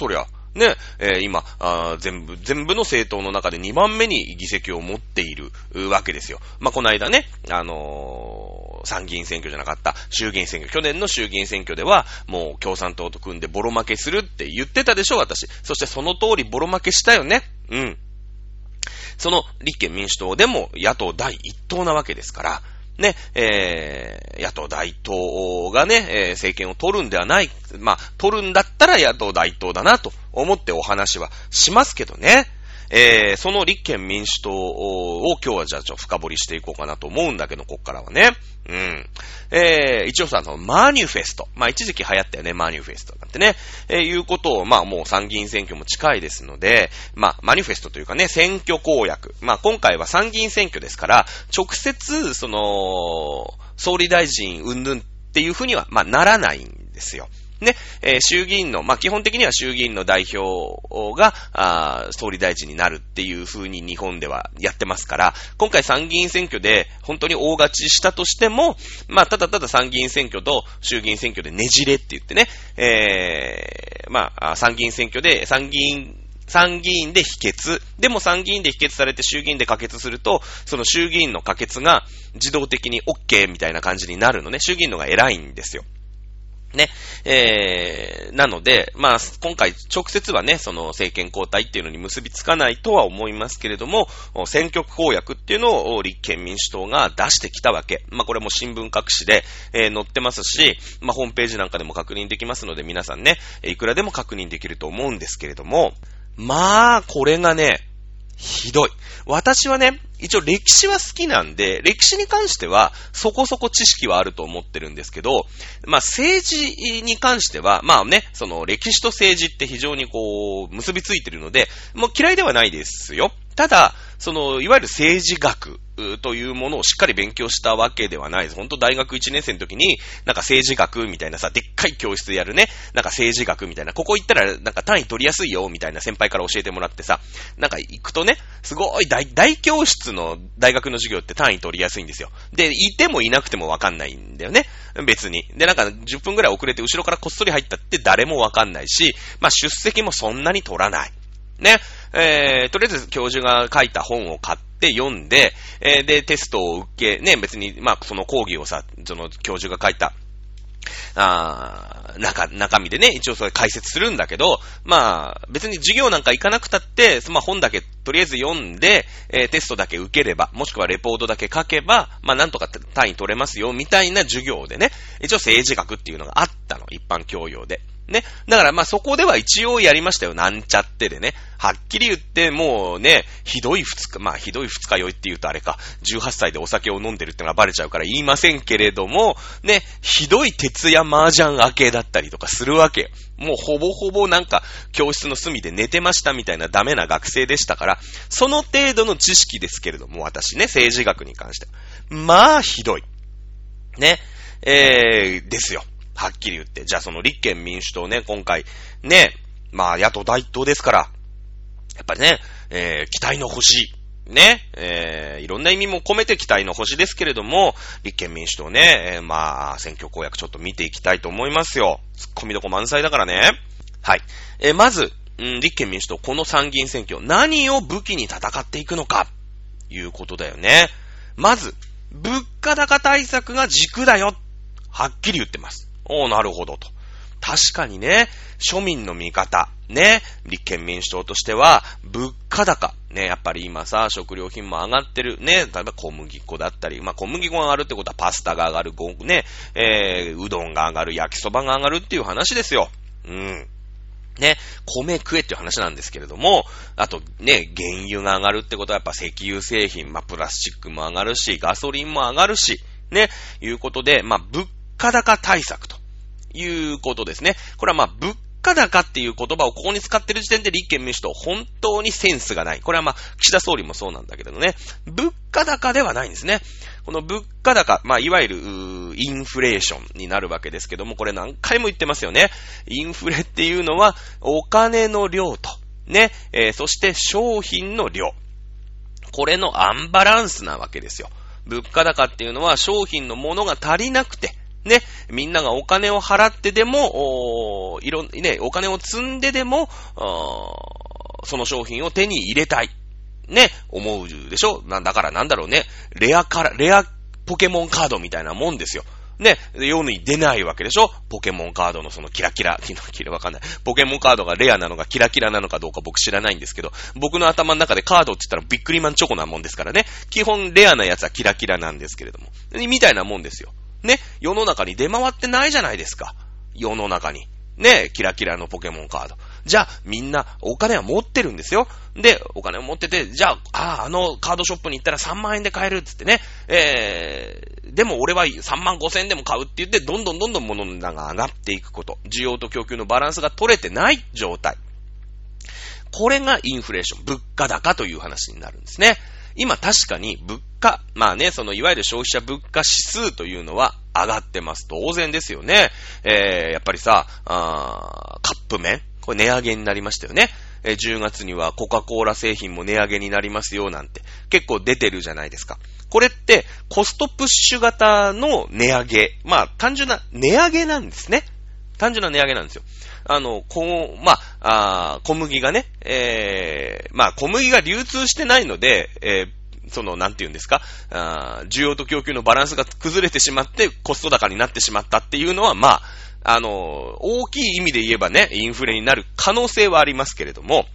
ね、今全部の政党の中で2番目に議席を持っているわけですよ。まあ、この間ね、参議院選挙じゃなかった衆議院選挙、去年の衆議院選挙ではもう共産党と組んでボロ負けするって言ってたでしょ、私。そしてその通りボロ負けしたよね。うん。その立憲民主党でも野党第一党なわけですから、ね、野党第一党がね、政権を取るんではない。まあ、取るんだったら野党第一党だなと思ってお話はしますけどね。その立憲民主党を今日はじゃあ深掘りしていこうかなと思うんだけど、こっからはね。うん。一応さ、マニフェスト。まあ、一時期流行ったよね、マニフェストなんてね。いうことを、まあ、もう参議院選挙も近いですので、まあ、マニフェストというかね、選挙公約。まあ、今回は参議院選挙ですから、直接、総理大臣云々っていうふうには、まあ、ならないんですよ。ね、衆議院の、まあ、基本的には衆議院の代表が、総理大臣になるっていう風に日本ではやってますから、今回参議院選挙で本当に大勝ちしたとしても、まあ、ただただ参議院選挙と衆議院選挙でねじれって言ってね、まあ、参議院選挙で、参議院で否決。でも参議院で否決されて衆議院で可決すると、その衆議院の可決が自動的に OK みたいな感じになるのね。衆議院のが偉いんですよ。ね。なので、まあ、今回直接はね、その政権交代っていうのに結びつかないとは思いますけれども、選挙区公約っていうのを立憲民主党が出してきたわけ。まあ、これも新聞各紙で、載ってますし、まあ、ホームページなんかでも確認できますので、皆さんね、いくらでも確認できると思うんですけれども、まあ、これがね、ひどい。私はね、一応歴史は好きなんで、歴史に関してはそこそこ知識はあると思ってるんですけど、まあ政治に関しては、まあね、その歴史と政治って非常にこう、結びついてるので、もう嫌いではないですよ。ただ、いわゆる政治学というものをしっかり勉強したわけではないです。本当大学1年生の時に、なんか政治学みたいなさ、でっかい教室でやるね、なんか政治学みたいな、ここ行ったらなんか単位取りやすいよ、みたいな先輩から教えてもらってさ、なんか行くとね、すごい大教室の大学の授業って単位取りやすいんですよ。で、いてもいなくてもわかんないんだよね。別に。で、なんか10分くらい遅れて後ろからこっそり入ったって誰もわかんないし、まあ出席もそんなに取らない。ね。とりあえず教授が書いた本を買って読んで、で、テストを受け、ね、別に、まあ、その講義をさ、その教授が書いた、中身でね、一応それ解説するんだけど、まあ、別に授業なんか行かなくたって、まあ本だけとりあえず読んで、テストだけ受ければ、もしくはレポートだけ書けば、まあなんとか単位取れますよ、みたいな授業でね、一応政治学っていうのがあったの、一般教養で。ね。だからまあそこでは一応やりましたよ。なんちゃってでね。はっきり言ってもうね、ひどい二日酔いって言うとあれか、18歳でお酒を飲んでるってのがバレちゃうから言いませんけれども、ね、ひどい徹夜麻雀明けだったりとかするわけ。もうほぼほぼなんか教室の隅で寝てましたみたいなダメな学生でしたから、その程度の知識ですけれども、私ね、政治学に関しては。まあひどい。ね。ですよ。はっきり言って。じゃあその立憲民主党ね、今回、ね、まあ野党第一党ですから、やっぱりね、期待の星、ね、いろんな意味も込めて期待の星ですけれども、立憲民主党ね、まあ選挙公約ちょっと見ていきたいと思いますよ。ツッコミどこ満載だからね。はい。まず、立憲民主党、この参議院選挙、何を武器に戦っていくのか、いうことだよね。まず、物価高対策が軸だよ。はっきり言ってます。なるほどと。確かにね、庶民の味方、ね、立憲民主党としては、物価高、ね、やっぱり今さ、食料品も上がってる、ね、例えば小麦粉だったり、まあ、小麦粉が上がるってことはパスタが上がる、ね、うどんが上がる、焼きそばが上がるっていう話ですよ。うん。ね、米食えっていう話なんですけれども、あとね、原油が上がるってことはやっぱ石油製品、まあ、プラスチックも上がるし、ガソリンも上がるし、ね、いうことで、まあ、物価高対策ということですね。これはまあ、物価高っていう言葉をここに使ってる時点で立憲民主党本当にセンスがない。これはまあ、岸田総理もそうなんだけれどね。物価高ではないんですね。この物価高、まあ、いわゆるインフレーションになるわけですけども、これ何回も言ってますよね。インフレっていうのは、お金の量と、ね、そして商品の量。これのアンバランスなわけですよ。物価高っていうのは商品のものが足りなくて、 ね、みんながお金を払ってでも、お金を積んででも、その商品を手に入れたい。ね、思うでしょ？だからなんだろうね。レアポケモンカードみたいなもんですよ。ね、世に出ないわけでしょ？ポケモンカードのそのキラわかんない。ポケモンカードがレアなのかキラキラなのかどうか僕知らないんですけど、僕の頭の中でカードって言ったらビックリマンチョコなもんですからね。基本レアなやつはキラキラなんですけれども。みたいなもんですよ。ね、世の中に出回ってないじゃないですか。世の中に。ね、キラキラのポケモンカード。じゃあ、みんな、お金は持ってるんですよ。で、お金を持ってて、じゃあ、あのカードショップに行ったら3万円で買えるっつってね。でも俺は3万5千円でも買うって言って、どんどん物の値段が上がっていくこと。需要と供給のバランスが取れてない状態。これがインフレーション、物価高という話になるんですね。今確かに物価、まあね、そのいわゆる消費者物価指数というのは上がってます。当然ですよね。やっぱりさ、カップ麺これ値上げになりましたよね。10月にはコカ・コーラ製品も値上げになりますよなんて結構出てるじゃないですか。これってコストプッシュ型の値上げ。まあ単純な値上げなんですね。単純な値上げなんですよ。小麦がね、小麦が流通してないので、なんて言うんですか、需要と供給のバランスが崩れてしまって、コスト高になってしまったっていうのは、大きい意味で言えばね、インフレになる可能性はありますけれども、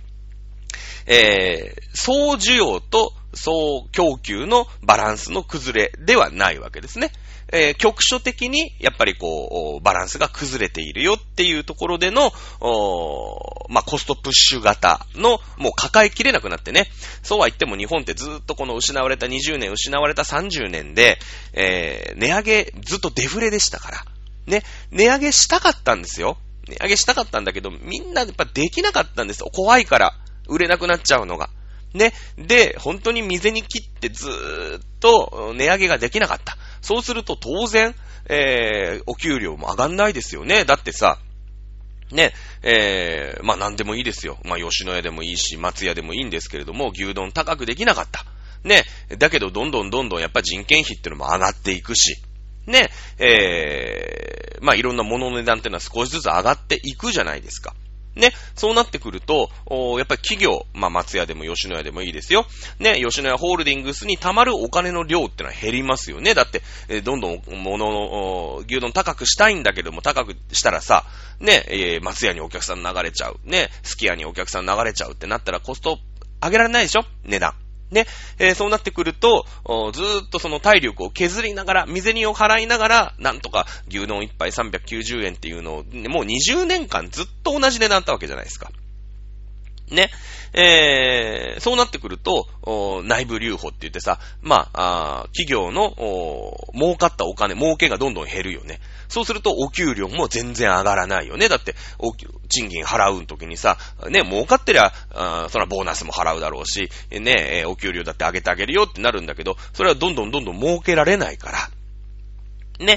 総需要と総供給のバランスの崩れではないわけですね。局所的にやっぱりバランスが崩れているよっていうところでのコストプッシュ型のもう抱えきれなくなってね。そうは言っても日本ってずっとこの失われた20年、失われた30年で、値上げずっとデフレでしたから。ね、値上げしたかったんですよ。値上げしたかったんだけど、みんなやっぱできなかったんですよ。怖いから、売れなくなっちゃうのが。ね。で、本当に水に切ってずーっと値上げができなかった。そうすると当然、お給料も上がんないですよね。だってさ、ね、何でもいいですよ。吉野家でもいいし、松屋でもいいんですけれども、牛丼高くできなかった。ね。だけど、どんどんやっぱ人件費っていうのも上がっていくし、ね、いろんな物の値段っていうのは少しずつ上がっていくじゃないですか。ね、そうなってくると、やっぱり企業、松屋でも吉野家でもいいですよ。ね、吉野家ホールディングスに貯まるお金の量ってのは減りますよね。だって、どんどん牛丼高くしたいんだけども、高くしたらさ、ね、松屋にお客さん流れちゃう。ね、すき家にお客さん流れちゃうってなったらコスト上げられないでしょ？値段。ね、そうなってくると、ずーっとその体力を削りながら、身銭を払いながら、なんとか牛丼一杯390円っていうのを、もう20年間ずっと同じ値段だったわけじゃないですか。ね。そうなってくると、内部留保って言ってさ、企業の、儲かったお金、儲けがどんどん減るよね。そうすると、お給料も全然上がらないよね。だって、賃金払う時にさ、ね、儲かってりゃ、そらボーナスも払うだろうし、ね、お給料だって上げてあげるよってなるんだけど、それはどんどん儲けられないから、ね、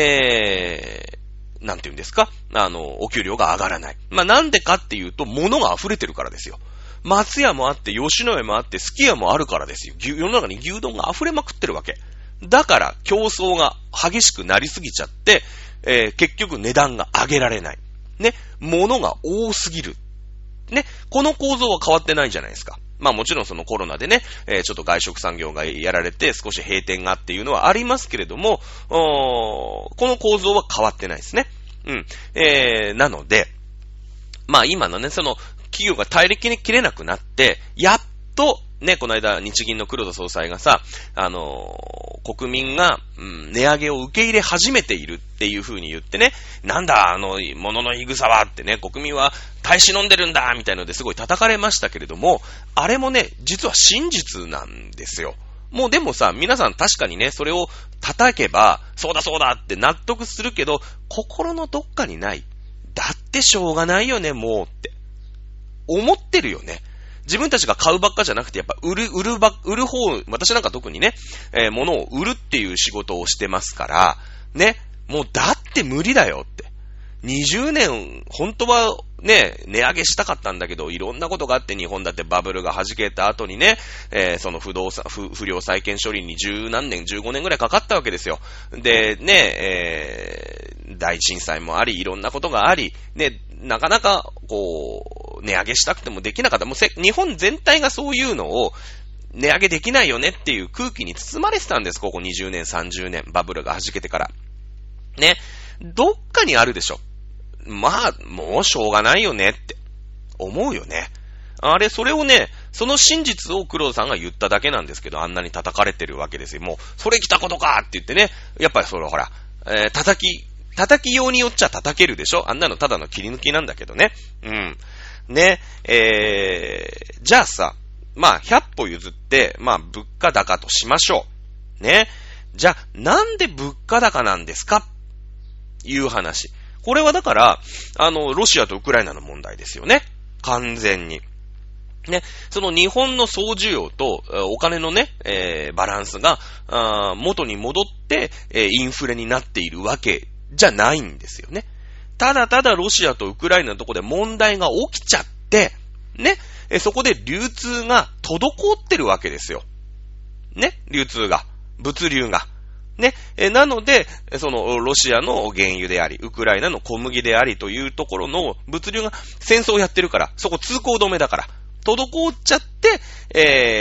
なんて言うんですか、お給料が上がらない。なんでかっていうと、物が溢れてるからですよ。松屋もあって、吉野家もあって、すき家もあるからですよ。世の中に牛丼が溢れまくってるわけ。だから、競争が激しくなりすぎちゃって、結局値段が上げられない。ね。物が多すぎる。ね。この構造は変わってないじゃないですか。もちろんそのコロナでね、ちょっと外食産業がやられて少し閉店がっていうのはありますけれども、この構造は変わってないですね。なので、今のね、その企業が耐えきれなくなって、やっと、ね、この間日銀の黒田総裁がさ、国民が、値上げを受け入れ始めているっていう風に言ってね、なんだ物の言い草はってね、国民は耐え忍んでるんだみたいのですごい叩かれましたけれども、あれもね、実は真実なんですよ。もうでもさ、皆さん確かにね、それを叩けば、そうだって納得するけど、心のどっかにない。だってしょうがないよね、もうって。思ってるよね。自分たちが買うばっかじゃなくて、やっぱ売る方、私なんか特にね、物を売るっていう仕事をしてますから、ね、もうだって無理だよって。20年、本当はね、値上げしたかったんだけど、いろんなことがあって日本だってバブルが弾けた後にね、その不良債権処理に10何年、15年ぐらいかかったわけですよ。で、ね、 大震災もあり、いろんなことがあり、ね、なかなか、値上げしたくてもできなかった。もう日本全体がそういうのを、値上げできないよねっていう空気に包まれてたんです。ここ20年、30年、バブルが弾けてから。ね。どっかにあるでしょ。まあ、もうしょうがないよねって思うよね。それをね、その真実を黒田さんが言っただけなんですけど、あんなに叩かれてるわけですよ。もう、それ来たことかって言ってね、やっぱりそれほら、叩きようによっちゃ叩けるでしょ。あんなのただの切り抜きなんだけどね。うん。ね、じゃあさ、まあ、100歩譲って、まあ、物価高としましょう。ね。じゃあ、なんで物価高なんですかいう話。これはだから、ロシアとウクライナの問題ですよね。完全に。ね。その日本の総需要と、お金のね、バランスが、元に戻って、インフレになっているわけじゃないんですよね。ただただロシアとウクライナのところで問題が起きちゃって、ね。そこで流通が滞ってるわけですよ。ね。流通が。物流が。ね。なので、その、ロシアの原油であり、ウクライナの小麦でありというところの物流が戦争をやってるから、そこ通行止めだから、滞っちゃって、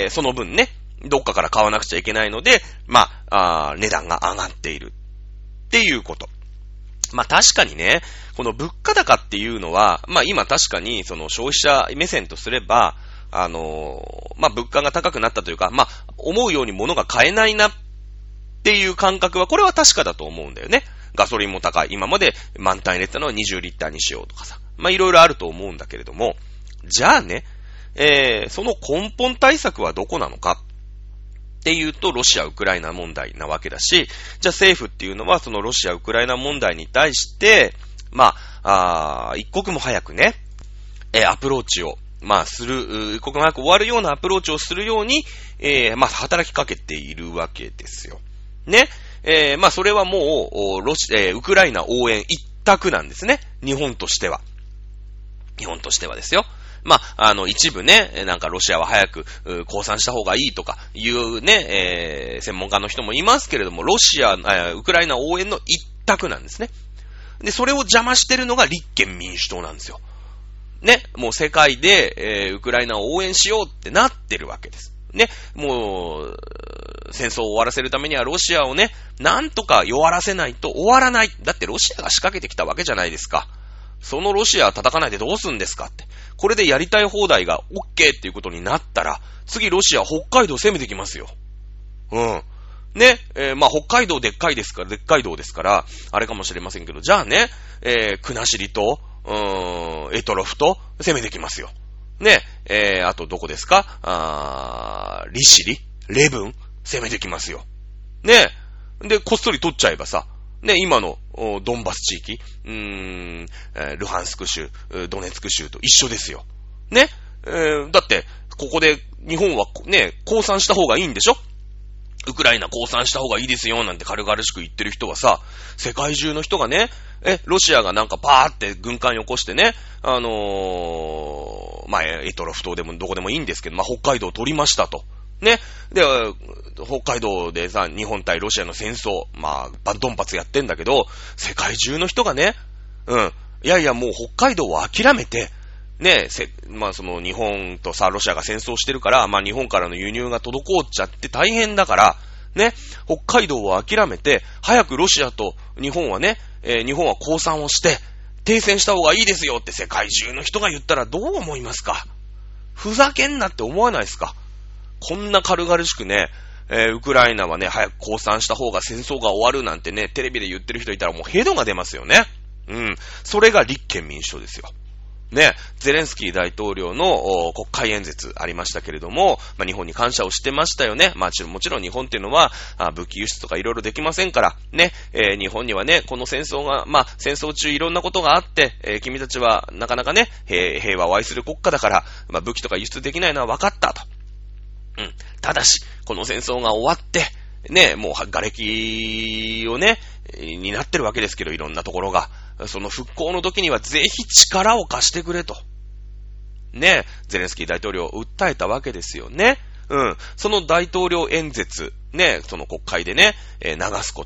その分ね、どっかから買わなくちゃいけないので、まあ、値段が上がっている。っていうこと。まあ確かにね、この物価高っていうのは、まあ今確かにその消費者目線とすれば、まあ物価が高くなったというか、まあ思うように物が買えないなっていう感覚は、これは確かだと思うんだよね。ガソリンも高い。今まで満タン入れてたのは20リッターにしようとかさ。まあいろいろあると思うんだけれども、じゃあね、その根本対策はどこなのかっていうと、ロシア・ウクライナ問題なわけだし、じゃあ政府っていうのはそのロシア・ウクライナ問題に対して、まあ、一刻も早くね、アプローチを、まあ、一刻も早く終わるようなアプローチをするように、まあ、働きかけているわけですよ。ね。まあ、それはもう、ウクライナ応援一択なんですね。日本としては。日本としてはですよ。まあ、一部ね、なんかロシアは早く降参した方がいいとかいうね、専門家の人もいますけれども、ウクライナ応援の一択なんですね。で、それを邪魔してるのが立憲民主党なんですよ。ね、もう世界で、ウクライナを応援しようってなってるわけです。ね、もう、戦争を終わらせるためにはロシアをね、なんとか弱らせないと終わらない。だってロシアが仕掛けてきたわけじゃないですか。そのロシア叩かないでどうすんですかって。これでやりたい放題が OK っていうことになったら、次ロシア北海道攻めてきますよ。うん。ね、まあ北海道でっかい道ですから、あれかもしれませんけど、じゃあね、国後と、エトロフと攻めてきますよ。ね、あとどこですか？利尻レブン攻めてきますよ。ね、で、こっそり取っちゃえばさ、ね、今のドンバス地域、ルハンスク州、ドネツク州と一緒ですよ。ね、だって、ここで日本はね、降参した方がいいんでしょ？ウクライナ降参した方がいいですよなんて軽々しく言ってる人はさ、世界中の人がね、ロシアがなんかバーって軍艦起こしてね、まあ、エトロフ島でもどこでもいいんですけど、まあ、北海道を取りましたと。ね。で、北海道でさ、日本対ロシアの戦争、まあ、ドンパツやってんだけど、世界中の人がね、いやいやもう北海道を諦めて、ね、まあその日本とさ、ロシアが戦争してるから、まあ日本からの輸入が滞っちゃって大変だから、ね、北海道を諦めて、早くロシアと日本はね、日本は降参をして、停戦した方がいいですよって世界中の人が言ったらどう思いますか？ふざけんなって思わないですか？こんな軽々しくね、ウクライナはね、早く降参した方が戦争が終わるなんてね、テレビで言ってる人いたらもうヘドが出ますよね。それが立憲民主党ですよ。ね、ゼレンスキー大統領の国会演説ありましたけれども、まあ、日本に感謝をしてましたよね。まあ、もちろん日本っていうのは武器輸出とかいろいろできませんからね、日本にはね、この戦争が、まあ、戦争中いろんなことがあって、君たちはなかなかね、平和を愛する国家だから、まあ、武器とか輸出できないのは分かったと。ただし、この戦争が終わって、ね、もう瓦礫をね、になってるわけですけど、いろんなところが。その復興の時にはぜひ力を貸してくれと。ね、ゼレンスキー大統領を訴えたわけですよね。その大統領演説、ね、その国会でね、流すこと。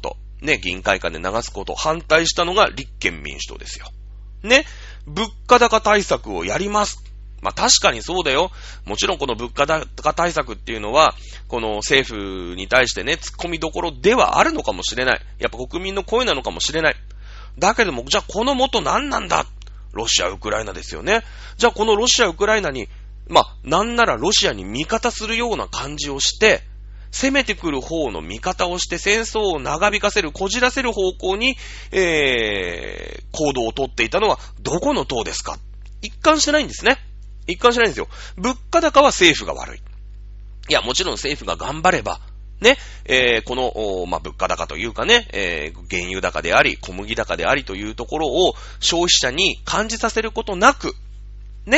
ね、議員会館で流すことを反対したのが立憲民主党ですよ。ね、物価高対策をやります。まあ確かにそうだよ。もちろんこの物価高対策っていうのは、この政府に対してね、突っ込みどころではあるのかもしれない。やっぱ国民の声なのかもしれない。だけども、じゃあこの元何なんだ？ロシア、ウクライナですよね。じゃあこのロシア、ウクライナに、まあ、なんならロシアに味方するような感じをして、攻めてくる方の味方をして戦争を長引かせる、こじらせる方向に、行動をとっていたのはどこの党ですか？一貫してないんですね。一貫してないんですよ。物価高は政府が悪い。いや、もちろん政府が頑張れば、ね、この、まあ、物価高というかね、原油高であり、小麦高でありというところを消費者に感じさせることなく、ね、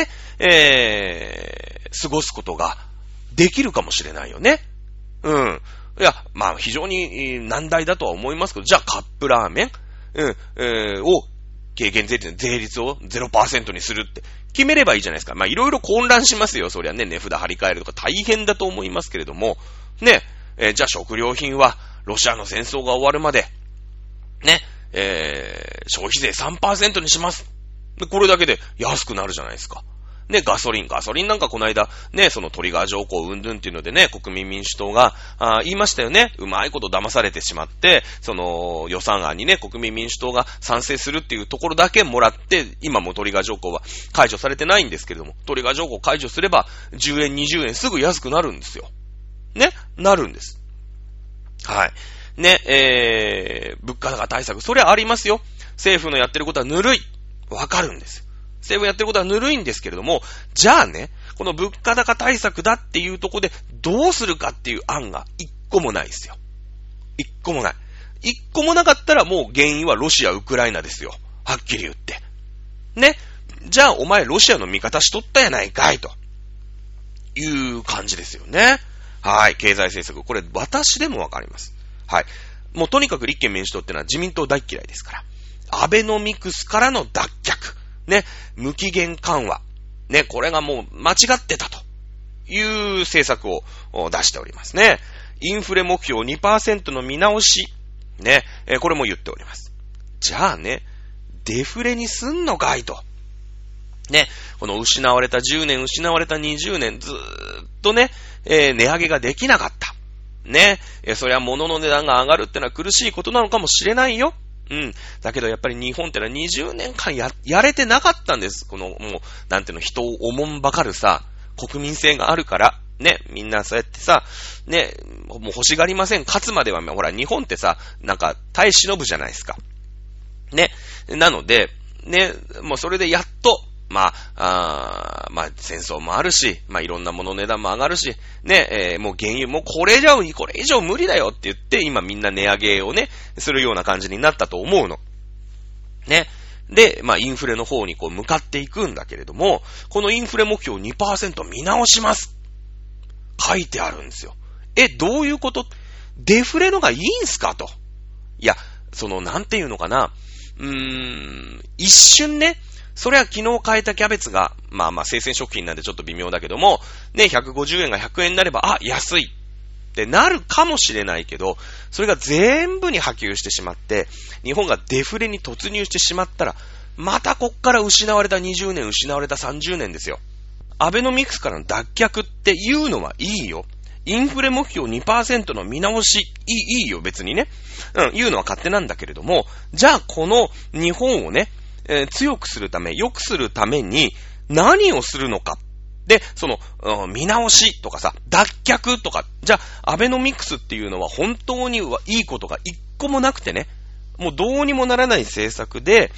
過ごすことができるかもしれないよね。うん。いや、まあ、非常に難題だとは思いますけど、じゃあカップラーメン、を、軽減税率を 0% にするって決めればいいじゃないですか。まあ、いろいろ混乱しますよ。そりゃね、値札張り替えるとか大変だと思いますけれども、ね、じゃあ食料品はロシアの戦争が終わるまで、ね、消費税 3% にします。で、これだけで安くなるじゃないですか。ね、ガソリンなんかこの間、ね、そのトリガー条項うんぬんっていうのでね、国民民主党が言いましたよね。うまいこと騙されてしまって、その予算案にね、国民民主党が賛成するっていうところだけもらって、今もトリガー条項は解除されてないんですけれども、トリガー条項解除すれば、10円、20円すぐ安くなるんですよ。ね、なるんです。はい。ね、物価高対策、それはありますよ。政府のやってることはぬるい。わかるんです。政府やってることはぬるいんですけれども、じゃあね、この物価高対策だっていうところでどうするかっていう案が一個もないですよ。一個もない。一個もなかったらもう原因はロシア、ウクライナですよ。はっきり言って。ね。じゃあお前ロシアの味方しとったやないかいという感じですよね。はい。経済政策。これ私でもわかります。はい。もうとにかく立憲民主党ってのは自民党大嫌いですから。アベノミクスからの脱却。ね、無期限緩和。ね、これがもう間違ってたという政策を出しておりますね。インフレ目標 2% の見直し。ね、これも言っております。じゃあね、デフレにすんのかいと。ね、この失われた10年、失われた20年、ずーっとね、値上げができなかった。ね、それは物の値段が上がるってのは苦しいことなのかもしれないよ。うん。だけどやっぱり日本ってのは20年間やれてなかったんです。この、もう、なんていうの、人をおもんばかるさ、国民性があるから、ね、みんなそうやってさ、ね、もう欲しがりません。勝つまでは、ほら、日本ってさ、なんか、耐え忍ぶじゃないですか。ね。なので、ね、もうそれでやっと、まあ戦争もあるし、まあいろんなもの値段も上がるし、ね、もう原油もこれ以上無理だよって言って、今みんな値上げをね、するような感じになったと思うの。ね。で、まあインフレの方にこう向かっていくんだけれども、このインフレ目標 2% 見直します。書いてあるんですよ。どういうこと？デフレのがいいんすかと。いや、なんていうのかな。一瞬ね、それは昨日買えたキャベツが、まあ生鮮食品なんでちょっと微妙だけども、ね、150円が100円になれば、安いってなるかもしれないけど、それが全部に波及してしまって、日本がデフレに突入してしまったら、またこっから失われた20年、失われた30年ですよ。アベノミクスからの脱却っていうのはいいよ。インフレ目標 2% の見直し、いいよ、別にね。言うのは勝手なんだけれども、じゃあこの日本をね、強くするため、良くするために何をするのか。で、見直しとかさ、脱却とか、じゃあ、アベノミクスっていうのは本当にいいことが一個もなくてね、もうどうにもならない政策で、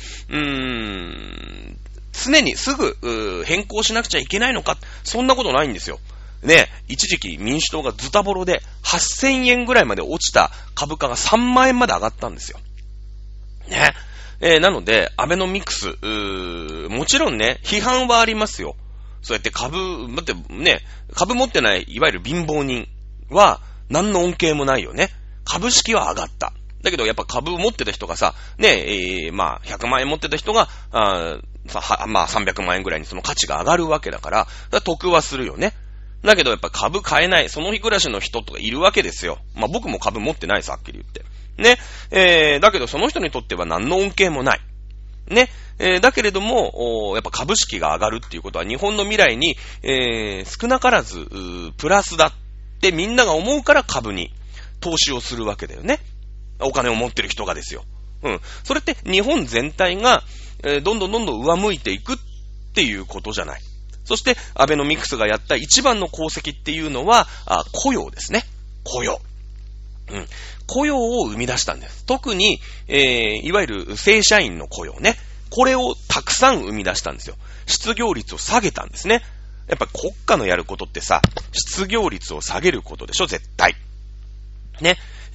常にすぐ変更しなくちゃいけないのか、そんなことないんですよ。ね、一時期民主党がズタボロで8000円ぐらいまで落ちた株価が3万円まで上がったんですよ。ね。なので、アベノミクス、もちろんね、批判はありますよ。そうやって株持ってない、いわゆる貧乏人は、何の恩恵もないよね。株式は上がった。だけど、やっぱ株を持ってた人がさ、ね、まあ、100万円持ってた人が、まあ、300万円ぐらいにその価値が上がるわけだから、得はするよね。だけど、やっぱ株買えない、その日暮らしの人とかいるわけですよ。まあ、僕も株持ってないさ、はっきり言って。 ね。だけどその人にとっては何の恩恵もない。ね。だけれども、やっぱ株式が上がるっていうことは日本の未来に、少なからず、プラスだってみんなが思うから株に投資をするわけだよね。お金を持ってる人がですよ。うん。それって日本全体が、どんどん上向いていくっていうことじゃない。そして、アベノミクスがやった一番の功績っていうのは、雇用ですね。雇用。うん。雇用を生み出したんです。特に、いわゆる正社員の雇用ね。これをたくさん生み出したんですよ。失業率を下げたんですね。やっぱ国家のやることってさ、失業率を下げることでしょ、絶対。ね。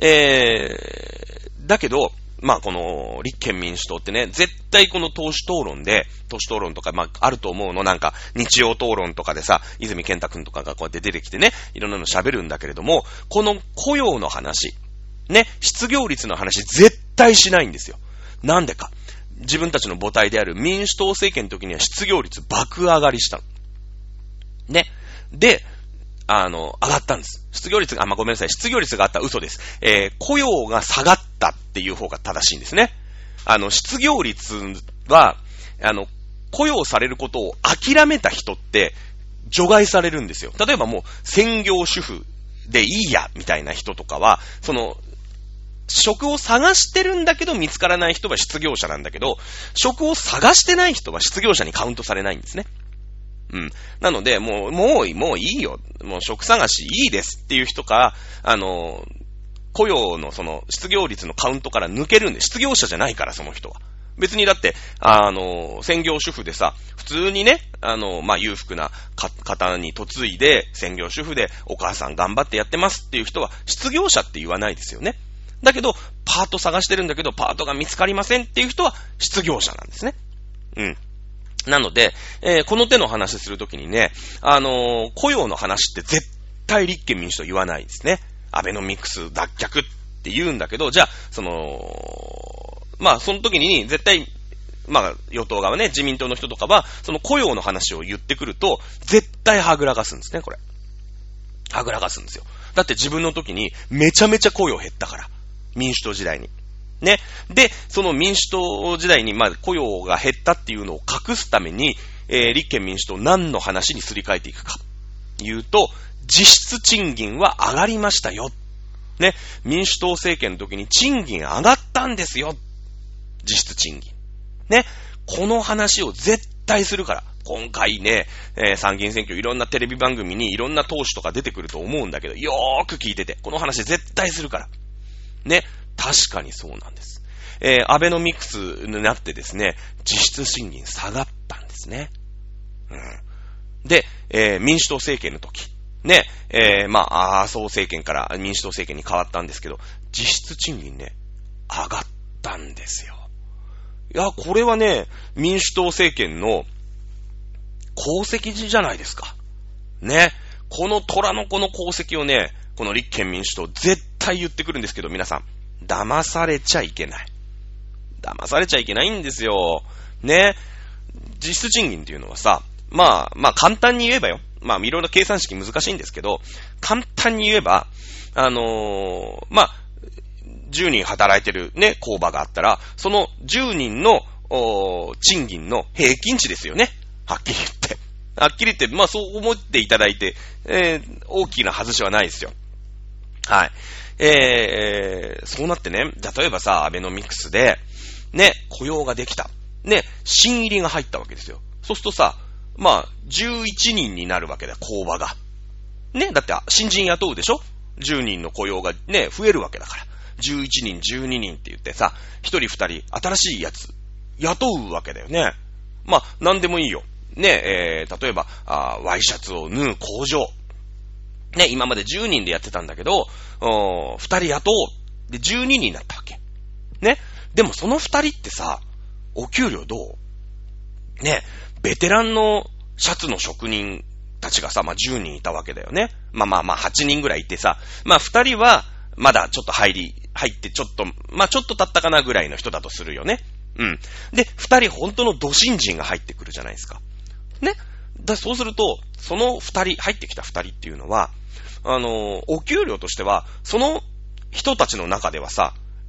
だけど、まあこの立憲民主党ってね、絶対この党首討論とかまああると思うの、なんか日曜討論とかでさ、泉健太くんとかがこうやって出てきてね、いろんなの喋るんだけれども、この雇用の話、ね、失業率の話絶対しないんですよ。なんでか。自分たちの母体である民主党政権の時には失業率爆上がりしたの。ね。で、上がったんです。失業率が、ごめんなさい。失業率があった嘘です。雇用が下がったっていう方が正しいんですね。失業率は、雇用されることを諦めた人って除外されるんですよ。例えばもう専業主婦でいいや、みたいな人とかは、職を探してるんだけど見つからない人は失業者なんだけど、職を探してない人は失業者にカウントされないんですね。うん。なので、もういいよ。もう職探しいいですっていう人か、雇用の失業率のカウントから抜けるんで、失業者じゃないから、その人は。別にだって、専業主婦でさ、普通にね、裕福な方に嫁いで、専業主婦でお母さん頑張ってやってますっていう人は、失業者って言わないですよね。だけど、パート探してるんだけど、パートが見つかりませんっていう人は、失業者なんですね。うん。なので、この手の話するときにね、雇用の話って絶対立憲民主党言わないですね。アベノミクス脱却って言うんだけど、じゃあ、その時に絶対、与党側ね、自民党の人とかは、その雇用の話を言ってくると、絶対はぐらかすんですね、これ。はぐらかすんですよ。だって自分の時にめちゃめちゃ雇用減ったから。民主党時代に。ね。で、その民主党時代に、雇用が減ったっていうのを隠すために、立憲民主党何の話にすり替えていくか。言うと、実質賃金は上がりましたよ。ね。民主党政権の時に賃金上がったんですよ。実質賃金。ね。この話を絶対するから。今回ね、参議院選挙いろんなテレビ番組にいろんな党首とか出てくると思うんだけど、よーく聞いてて、この話絶対するから。ね。確かにそうなんです。アベノミクスになってですね、実質賃金下がったんですね。うん。で、民主党政権の時、ね、麻生政権から民主党政権に変わったんですけど、実質賃金ね、上がったんですよ。いや、これはね、民主党政権の功績じゃないですか。ね。この虎の子の功績をね、この立憲民主党絶対言ってくるんですけど、皆さん、騙されちゃいけない。騙されちゃいけないんですよ。ね。実質賃金っていうのはさ、簡単に言えばよ。いろいろ計算式難しいんですけど、簡単に言えば、10人働いてるね、工場があったら、その10人の、賃金の平均値ですよね。はっきり言って。はっきり言って、そう思っていただいて、大きな外しはないですよ。はい。そうなってね、例えばさ、アベノミクスで、ね、雇用ができた。ね、新入りが入ったわけですよ。そうするとさ、11人になるわけだよ、工場が。ね、だって、新人雇うでしょ ?10 人の雇用がね、増えるわけだから。11人、12人って言ってさ、1人2人、新しいやつ、雇うわけだよね。なんでもいいよ。ね、例えば、ワイシャツを縫う工場。ね、今まで10人でやってたんだけど、2人雇おう。で、12人になったわけ。ね。でもその2人ってさ、お給料どう？ね、ベテランのシャツの職人たちがさ、10人いたわけだよね。8人ぐらいいてさ、2人は、まだちょっと入ってちょっと経ったかなぐらいの人だとするよね。うん。で、2人本当のド新人が入ってくるじゃないですか。ね。そうすると、その2人、入ってきた2人っていうのは、お給料としては、その人たちの中ではさ、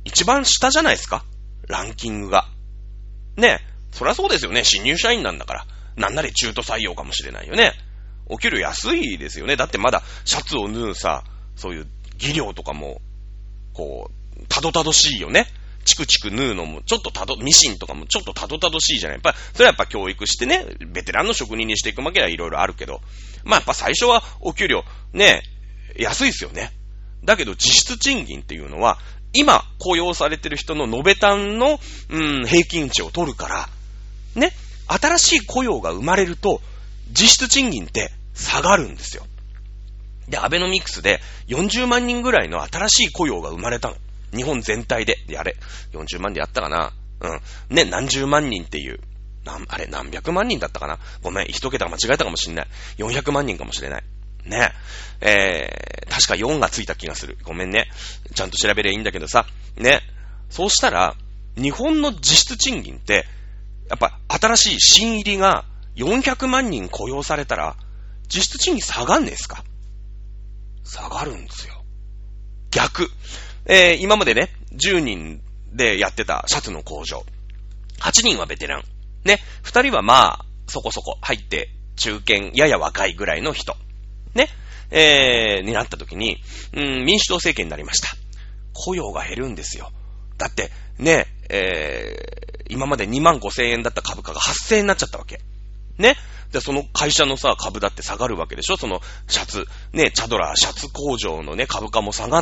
一番下じゃないですか、ランキングが。ね、そりゃそうですよね。新入社員なんだから。なんなり中途採用かもしれないよね。お給料安いですよね。だってまだシャツを縫うさ、そういう技量とかも、こう、たどたどしいよね。チクチク縫うのも、ちょっとミシンとかもちょっとたどたどしいじゃない。やっぱ、それはやっぱ教育してね、ベテランの職人にしていくわけはいろいろあるけど、まあやっぱ最初はお給料、ね、安いですよね。だけど実質賃金っていうのは、今雇用されてる人の延べ単の、平均値を取るから、ね、新しい雇用が生まれると、実質賃金って下がるんですよ。で、アベノミクスで40万人ぐらいの新しい雇用が生まれたの。日本全体で。で、あれ、40万でやったかな？ね、何十万人っていう。何百万人だったかな？ごめん、一桁が間違えたかもしれない。400万人かもしれない。ね。確か4がついた気がする。ごめんね。ちゃんと調べればいいんだけどさ。ね。そうしたら、日本の実質賃金って、やっぱ新しい新入りが400万人雇用されたら、実質賃金下がんねえすか？下がるんですよ。逆。今までね、10人でやってたシャツの工場。8人はベテラン。ね。2人はまあ、そこそこ入って、中堅、やや若いぐらいの人。ね。になった時に、民主党政権になりました。雇用が減るんですよ。だって、ね、今まで25,000円だった株価が8,000円になっちゃったわけ。ね。で、その会社のさ、株だって下がるわけでしょ？そのシャツ、ね、チャドラーシャツ工場のね、株価も下がって、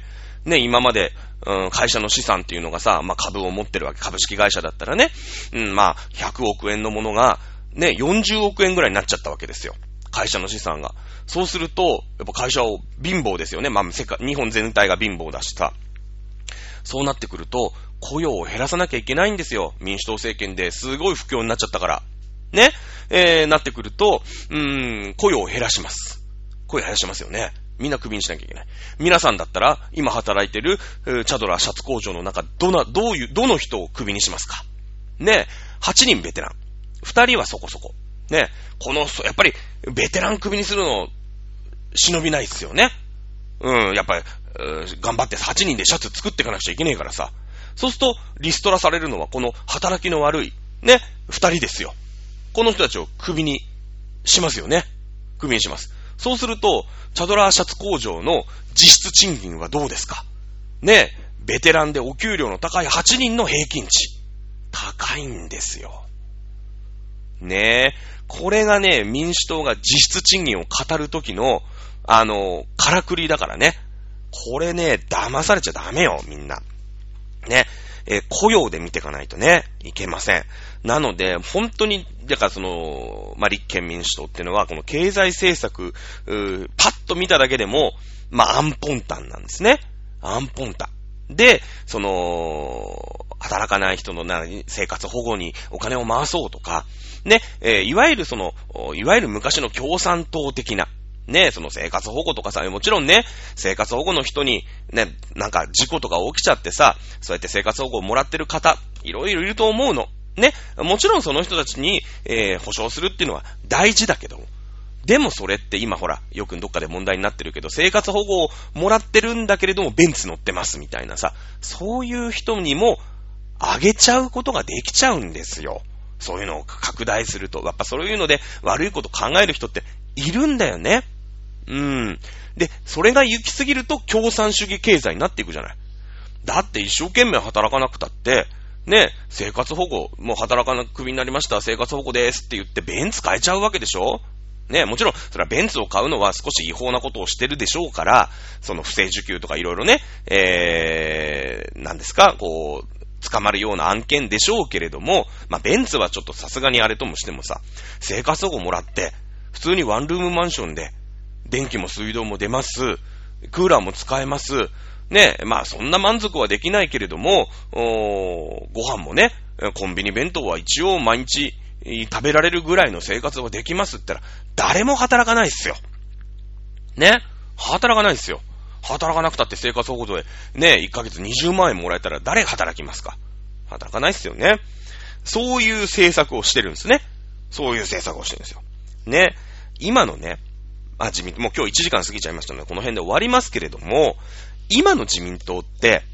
ね、今まで、会社の資産っていうのがさ、まあ、株を持ってるわけ。株式会社だったらね、まあ、100億円のものが、ね、40億円ぐらいになっちゃったわけですよ。会社の資産が。そうすると、やっぱ会社を貧乏ですよね。まあ、日本全体が貧乏だしさ。そうなってくると、雇用を減らさなきゃいけないんですよ。民主党政権ですごい不況になっちゃったから。ね。なってくると、雇用を減らします。雇用減らしますよね。みんなクビにしなきゃいけない。皆さんだったら、今働いてる、チャドラーシャツ工場の中、どの人をクビにしますか？ね。8人ベテラン。2人はそこそこ。ね。やっぱり、ベテランクビにするの、忍びないっすよね。やっぱり、頑張って8人でシャツ作っていかなくちゃいけねえからさ。そうすると、リストラされるのは、この働きの悪い、ね、2人ですよ。この人たちをクビにしますよね。クビにします。そうすると、チャドラーシャツ工場の実質賃金はどうですか？ね、ベテランでお給料の高い8人の平均値。高いんですよ。ねえ。これがね、民主党が実質賃金を語るときの、からくりだからね。これね、騙されちゃダメよ、みんな。ね。雇用で見ていかないとね、いけません。なので、本当に、だから立憲民主党っていうのは、この経済政策、パッと見ただけでも、アンポンタンなんですね。アンポンタン。で、働かない人の生活保護にお金を回そうとか、ね、いわゆる昔の共産党的な、ね、その生活保護とかさ、もちろんね、生活保護の人に、ね、なんか事故とか起きちゃってさ、そうやって生活保護をもらってる方、いろいろいると思うの。ね、もちろんその人たちに、保障するっていうのは大事だけど、でもそれって今ほら、よくどっかで問題になってるけど、生活保護をもらってるんだけれども、ベンツ乗ってますみたいなさ、そういう人にも、あげちゃうことができちゃうんですよ。そういうのを拡大すると。やっぱそういうので悪いこと考える人っているんだよね。で、それが行き過ぎると共産主義経済になっていくじゃない。だって一生懸命働かなくたって、ね、生活保護、もう働かなくクビになりました、生活保護ですって言ってベンツ買えちゃうわけでしょ？ね、もちろん、それはベンツを買うのは少し違法なことをしてるでしょうから、その不正受給とかいろいろね、なんですか、こう、捕まるような案件でしょうけれども、ベンツはちょっとさすがにあれともしてもさ、生活保護もらって、普通にワンルームマンションで、電気も水道も出ます、クーラーも使えます、ね、そんな満足はできないけれども、ご飯もね、コンビニ弁当は一応毎日食べられるぐらいの生活はできますって言ったら、誰も働かないっすよ。ね、働かないっすよ。働かなくたって生活保護でね、1ヶ月20万円もらえたら誰働きますか？働かないっすよね。そういう政策をしてるんですね。そういう政策をしてるんですよ。ね。今のね、自民党、もう今日1時間過ぎちゃいましたので、この辺で終わりますけれども、今の自民党って、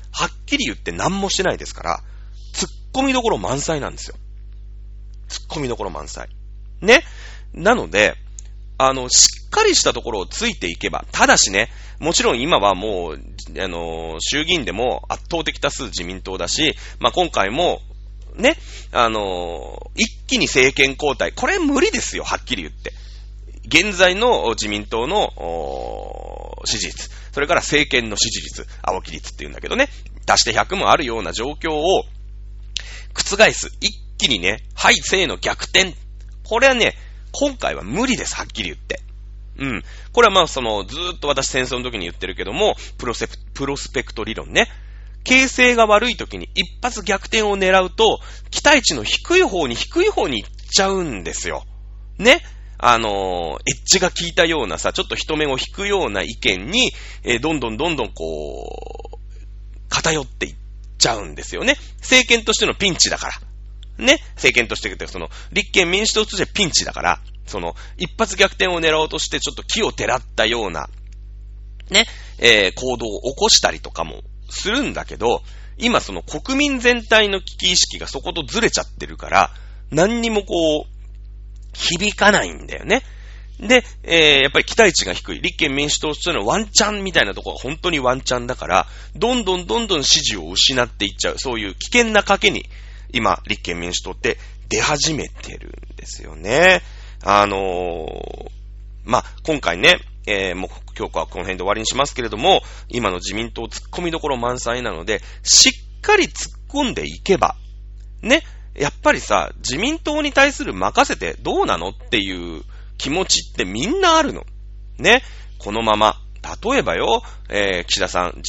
はっきり言って何もしてないですから、突っ込みどころ満載なんですよ。突っ込みどころ満載。ね。なので、しっかりしたところをついていけば、ただしね、もちろん今はもう、衆議院でも圧倒的多数自民党だし、まあ、今回も、ね、一気に政権交代。これ無理ですよ、はっきり言って。現在の自民党の支持率、それから政権の支持率、青木率っていうんだけどね、足して100もあるような状況を覆す。一気にね、はい、正の逆転。これはね、今回は無理です、はっきり言って。うん。これはまあずーっと私戦争の時に言ってるけども、プロスペクト理論ね。形勢が悪い時に一発逆転を狙うと、期待値の低い方に行っちゃうんですよ。ね。エッジが効いたようなさ、ちょっと人目を引くような意見に、どんどんこう、偏っていっちゃうんですよね。政権としてのピンチだから。ね。政権として立憲民主党としてピンチだから、一発逆転を狙おうとしてちょっと気をてらったような、ね、行動を起こしたりとかもするんだけど、今国民全体の危機意識がそことずれちゃってるから、何にもこう、響かないんだよね。で、やっぱり期待値が低い。立憲民主党としてのワンチャンみたいなところが本当にワンチャンだから、どんどん支持を失っていっちゃう。そういう危険な賭けに、今、立憲民主党って出始めてるんですよね。まあ、今回ね、もう今日はこの辺で終わりにしますけれども、今の自民党突っ込みどころ満載なので、しっかり突っ込んでいけば、ね、やっぱりさ、自民党に対する任せてどうなのっていう気持ちってみんなあるの。ね、このまま、例えばよ、岸田さん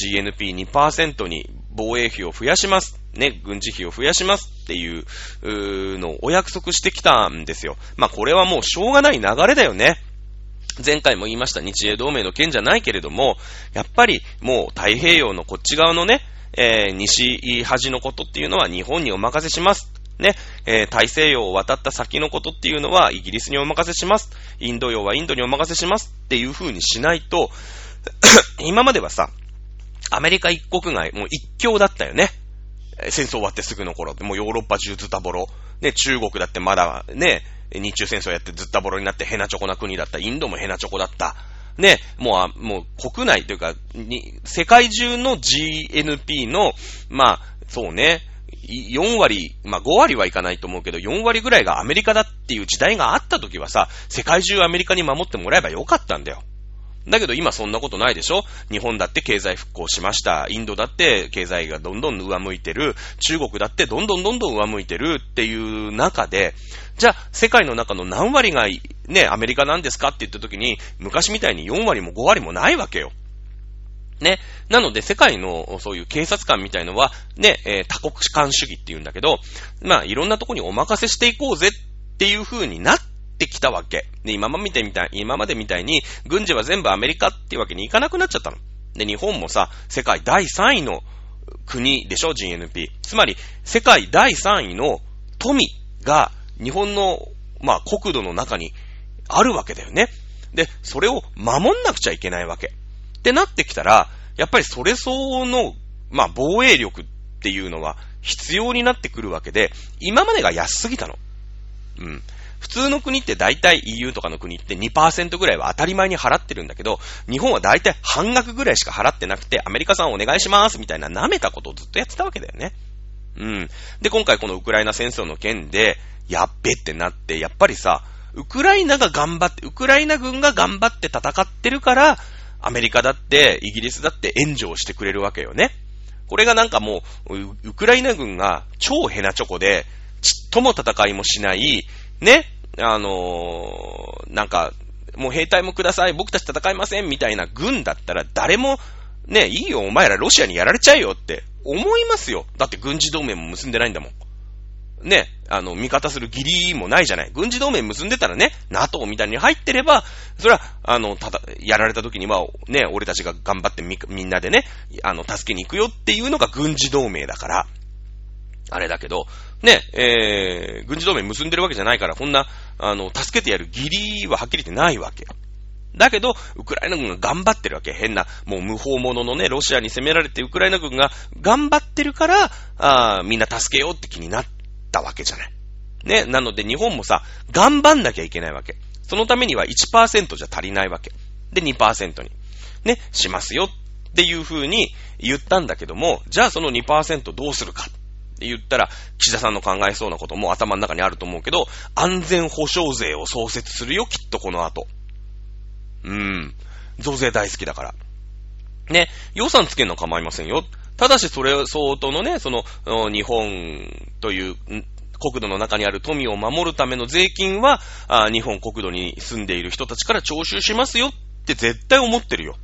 GNP2% に防衛費を増やします。ね、軍事費を増やしますっていうのをお約束してきたんですよ。まあこれはもうしょうがない流れだよね。前回も言いました日英同盟の件じゃないけれども、やっぱりもう太平洋のこっち側のね、西端のことっていうのは日本にお任せします。ね、大西洋を渡った先のことっていうのはイギリスにお任せします。インド洋はインドにお任せしますっていう風にしないと、今まではさ、アメリカ一国外、もう一強だったよね。戦争終わってすぐの頃って、もうヨーロッパ中ズタボロ。ね、中国だってまだね、日中戦争やってズタボロになってヘナチョコな国だった。インドもヘナチョコだった。ね、もう国内というか、世界中の GNP の、まあ、そうね、4割、まあ5割はいかないと思うけど、4割ぐらいがアメリカだっていう時代があった時はさ、世界中アメリカに守ってもらえばよかったんだよ。だけど今そんなことないでしょ。日本だって経済復興しました。インドだって経済がどんどん上向いてる。中国だってどんどん上向いてるっていう中で、じゃあ世界の中の何割がね、アメリカなんですかって言った時に、昔みたいに4割も5割もないわけよ。ね。なので世界のそういう警察官みたいのはね、多国間主義って言うんだけど、まあいろんなとこにお任せしていこうぜっていう風になってきたわけ。で、今までみたいに軍事は全部アメリカっていうわけにいかなくなっちゃったの。で、日本もさ、世界第3位の国でしょ、GNP。つまり世界第3位の富が日本のまあ国土の中にあるわけだよね。で、それを守んなくちゃいけないわけ。ってなってきたら、やっぱりそれ相応の、まあ、防衛力っていうのは必要になってくるわけで、今までが安すぎたの。うん。普通の国って大体 EU とかの国って 2% ぐらいは当たり前に払ってるんだけど、日本は大体半額ぐらいしか払ってなくて、アメリカさんお願いしますみたいな舐めたことをずっとやってたわけだよね。うん。で、今回このウクライナ戦争の件で、やっべってなって、やっぱりさ、ウクライナ軍が頑張って戦ってるから、アメリカだってイギリスだって援助をしてくれるわけよね。これがなんかもうウクライナ軍が超ヘナチョコでちっとも戦いもしないね、なんかもう兵隊もください、僕たち戦いませんみたいな軍だったら誰もね、いいよお前らロシアにやられちゃえよって思いますよ。だって軍事同盟も結んでないんだもん。ね、味方する義理もないじゃない。軍事同盟結んでたらね、NATO みたいに入ってれば、それは、やられた時には、ね、俺たちが頑張ってみんなでね、助けに行くよっていうのが軍事同盟だから、あれだけど、ね、軍事同盟結んでるわけじゃないから、こんな、助けてやる義理ははっきり言ってないわけ。 だけど、ウクライナ軍が頑張ってるわけ。変な、もう無法者のね、ロシアに攻められてウクライナ軍が頑張ってるから、みんな助けようって気になったわけじゃない。ね。なので日本もさ、頑張んなきゃいけないわけ。そのためには 1% じゃ足りないわけ。で、2% に、ね、しますよっていう風に言ったんだけども、じゃあその 2% どうするかって言ったら、岸田さんの考えそうなことも頭の中にあると思うけど、安全保障税を創設するよ、きっとこの後。増税大好きだから。ね、予算つけるの構いませんよ。ただしそれ相当のね、その、日本という国土の中にある富を守るための税金は、日本国土に住んでいる人たちから徴収しますよって絶対思ってるよ。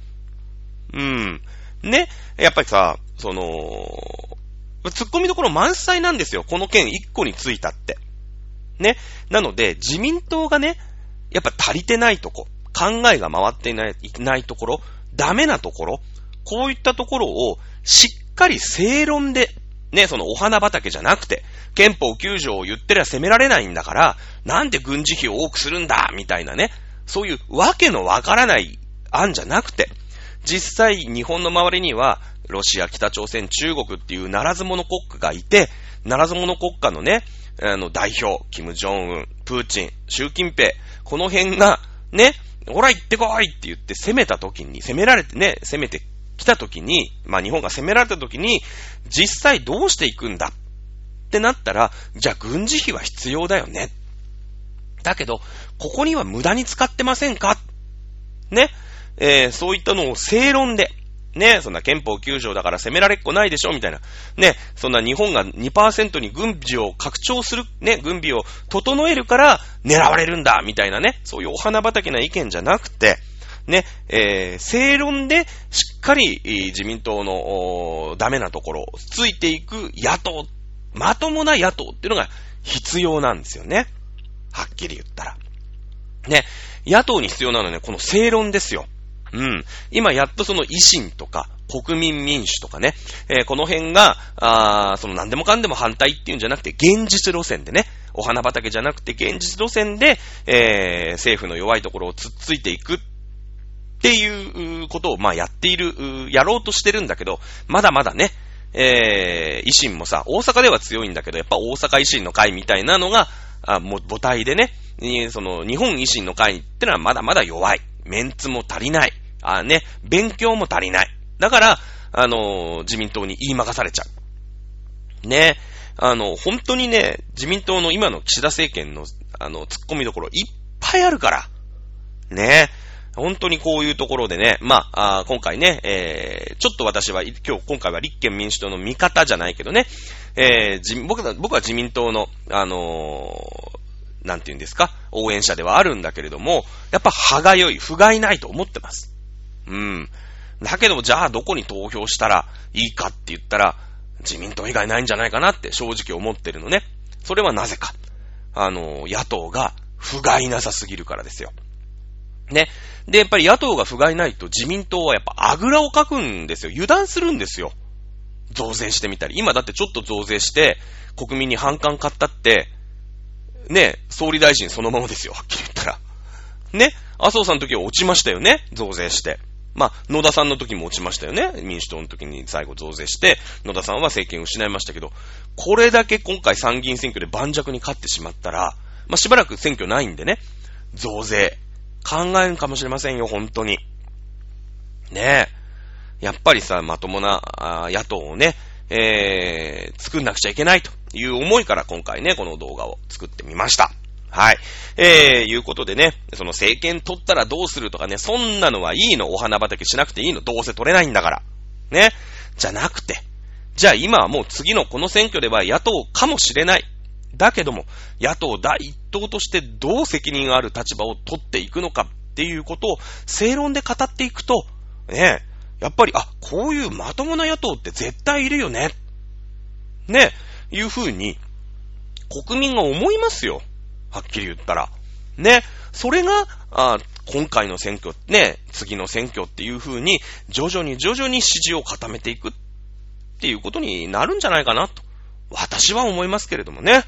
ね、やっぱりさ、その、突っ込みどころ満載なんですよ。この件1個についたって。ね。なので、自民党がね、やっぱ足りてないとこ、考えが回っていないところ、ダメなところ、こういったところをしっかり正論で、ね、そのお花畑じゃなくて、憲法9条を言ってりゃ責められないんだから、なんで軍事費を多くするんだみたいなね、そういうわけのわからない案じゃなくて、実際日本の周りには、ロシア、北朝鮮、中国っていうならず者国家がいて、ならず者国家のね、代表、キム・ジョンウン、プーチン、習近平、この辺が、ね、ほら行ってこいって言って攻めた時に、攻められてね、攻めてきた時に、まあ日本が攻められた時に、実際どうしていくんだってなったら、じゃあ軍事費は必要だよね。だけど、ここには無駄に使ってませんかね、そういったのを正論で、ね、そんな憲法9条だから攻められっこないでしょみたいな。ね、そんな日本が 2% に軍備を拡張する、ね、軍備を整えるから狙われるんだみたいなね、そういうお花畑な意見じゃなくて、ね、正論でしっかり自民党のダメなところをついていく野党、まともな野党っていうのが必要なんですよね。はっきり言ったら。ね、野党に必要なのはね、この正論ですよ。今やっとその維新とか国民民主とかね、この辺が、その何でもかんでも反対っていうんじゃなくて、現実路線でね、お花畑じゃなくて現実路線で、政府の弱いところをつっついていくっていうことを、まあやっている、やろうとしてるんだけど、まだまだね、維新もさ、大阪では強いんだけど、やっぱ大阪維新の会みたいなのが、もう母体でね、その日本維新の会ってのはまだまだ弱い。メンツも足りない。ね、勉強も足りない。だから、自民党に言い任されちゃう。ね、本当にね、自民党の今の岸田政権の、突っ込みどころいっぱいあるから。ね、本当にこういうところでね、まあ、今回ね、ちょっと私は、今回は立憲民主党の味方じゃないけどね、僕は自民党の、なんて言うんですか、応援者ではあるんだけれども、やっぱ歯がゆい、不甲斐ないと思ってます。だけども、じゃあどこに投票したらいいかって言ったら、自民党以外ないんじゃないかなって正直思ってるのね。それはなぜか。野党が不甲斐なさすぎるからですよ。ね。で、やっぱり野党が不甲斐ないと自民党はやっぱあぐらをかくんですよ。油断するんですよ。増税してみたり。今だってちょっと増税して、国民に反感買ったって、ね、総理大臣そのままですよ、はっきり言ったら。ね、麻生さんの時は落ちましたよね、増税して。まあ、野田さんの時も落ちましたよね。民主党の時に最後増税して、野田さんは政権を失いましたけど、これだけ今回参議院選挙で盤石に勝ってしまったら、まあ、しばらく選挙ないんでね、増税、考えるかもしれませんよ、本当に。ねえ。やっぱりさ、まともな野党をね、作んなくちゃいけないという思いから今回ね、この動画を作ってみました。はい。いうことでね、その政権取ったらどうするとかね、そんなのはいいの、お花畑しなくていいの、どうせ取れないんだから。ね。じゃなくて、じゃあ今はもう次のこの選挙では野党かもしれない。だけども、野党第一党としてどう責任ある立場を取っていくのかっていうことを正論で語っていくと、ね、やっぱり、こういうまともな野党って絶対いるよね。ね、いうふうに、国民が思いますよ。はっきり言ったら。ね、それが、今回の選挙、ね、次の選挙っていうふうに、徐々に支持を固めていくっていうことになるんじゃないかなと、私は思いますけれどもね。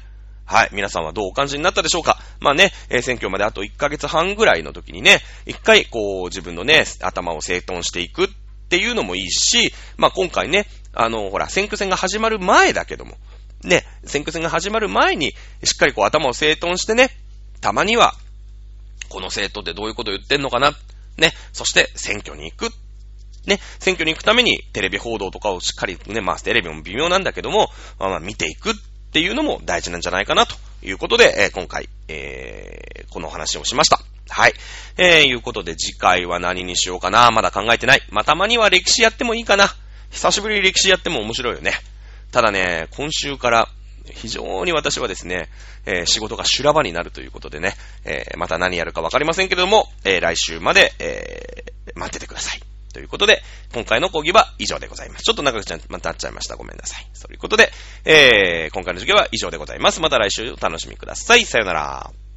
はい。皆さんはどうお感じになったでしょうか？まあね、選挙まであと1ヶ月半ぐらいの時にね、一回こう自分のね、頭を整頓していくっていうのもいいし、まあ今回ね、ほら、選挙戦が始まる前だけども、ね、選挙戦が始まる前に、しっかりこう頭を整頓してね、たまには、この政党ってどういうこと言ってんのかな？ね、そして選挙に行く。ね、選挙に行くためにテレビ報道とかをしっかりね、まあテレビも微妙なんだけども、まあ見ていくっていうのも大事なんじゃないかなということで、今回、このお話をしました。はい。いうことで次回は何にしようかな。まだ考えてない。まあたまには歴史やってもいいかな。久しぶりに歴史やっても面白いよね。ただね、今週から非常に私はですね、仕事が修羅場になるということでね、また何やるかわかりませんけれども、来週まで、待っててください。ということで、今回の講義は以上でございます。ちょっと長くなっちゃいました。ごめんなさい。そういうことで、今回の授業は以上でございます。また来週お楽しみください。さよなら。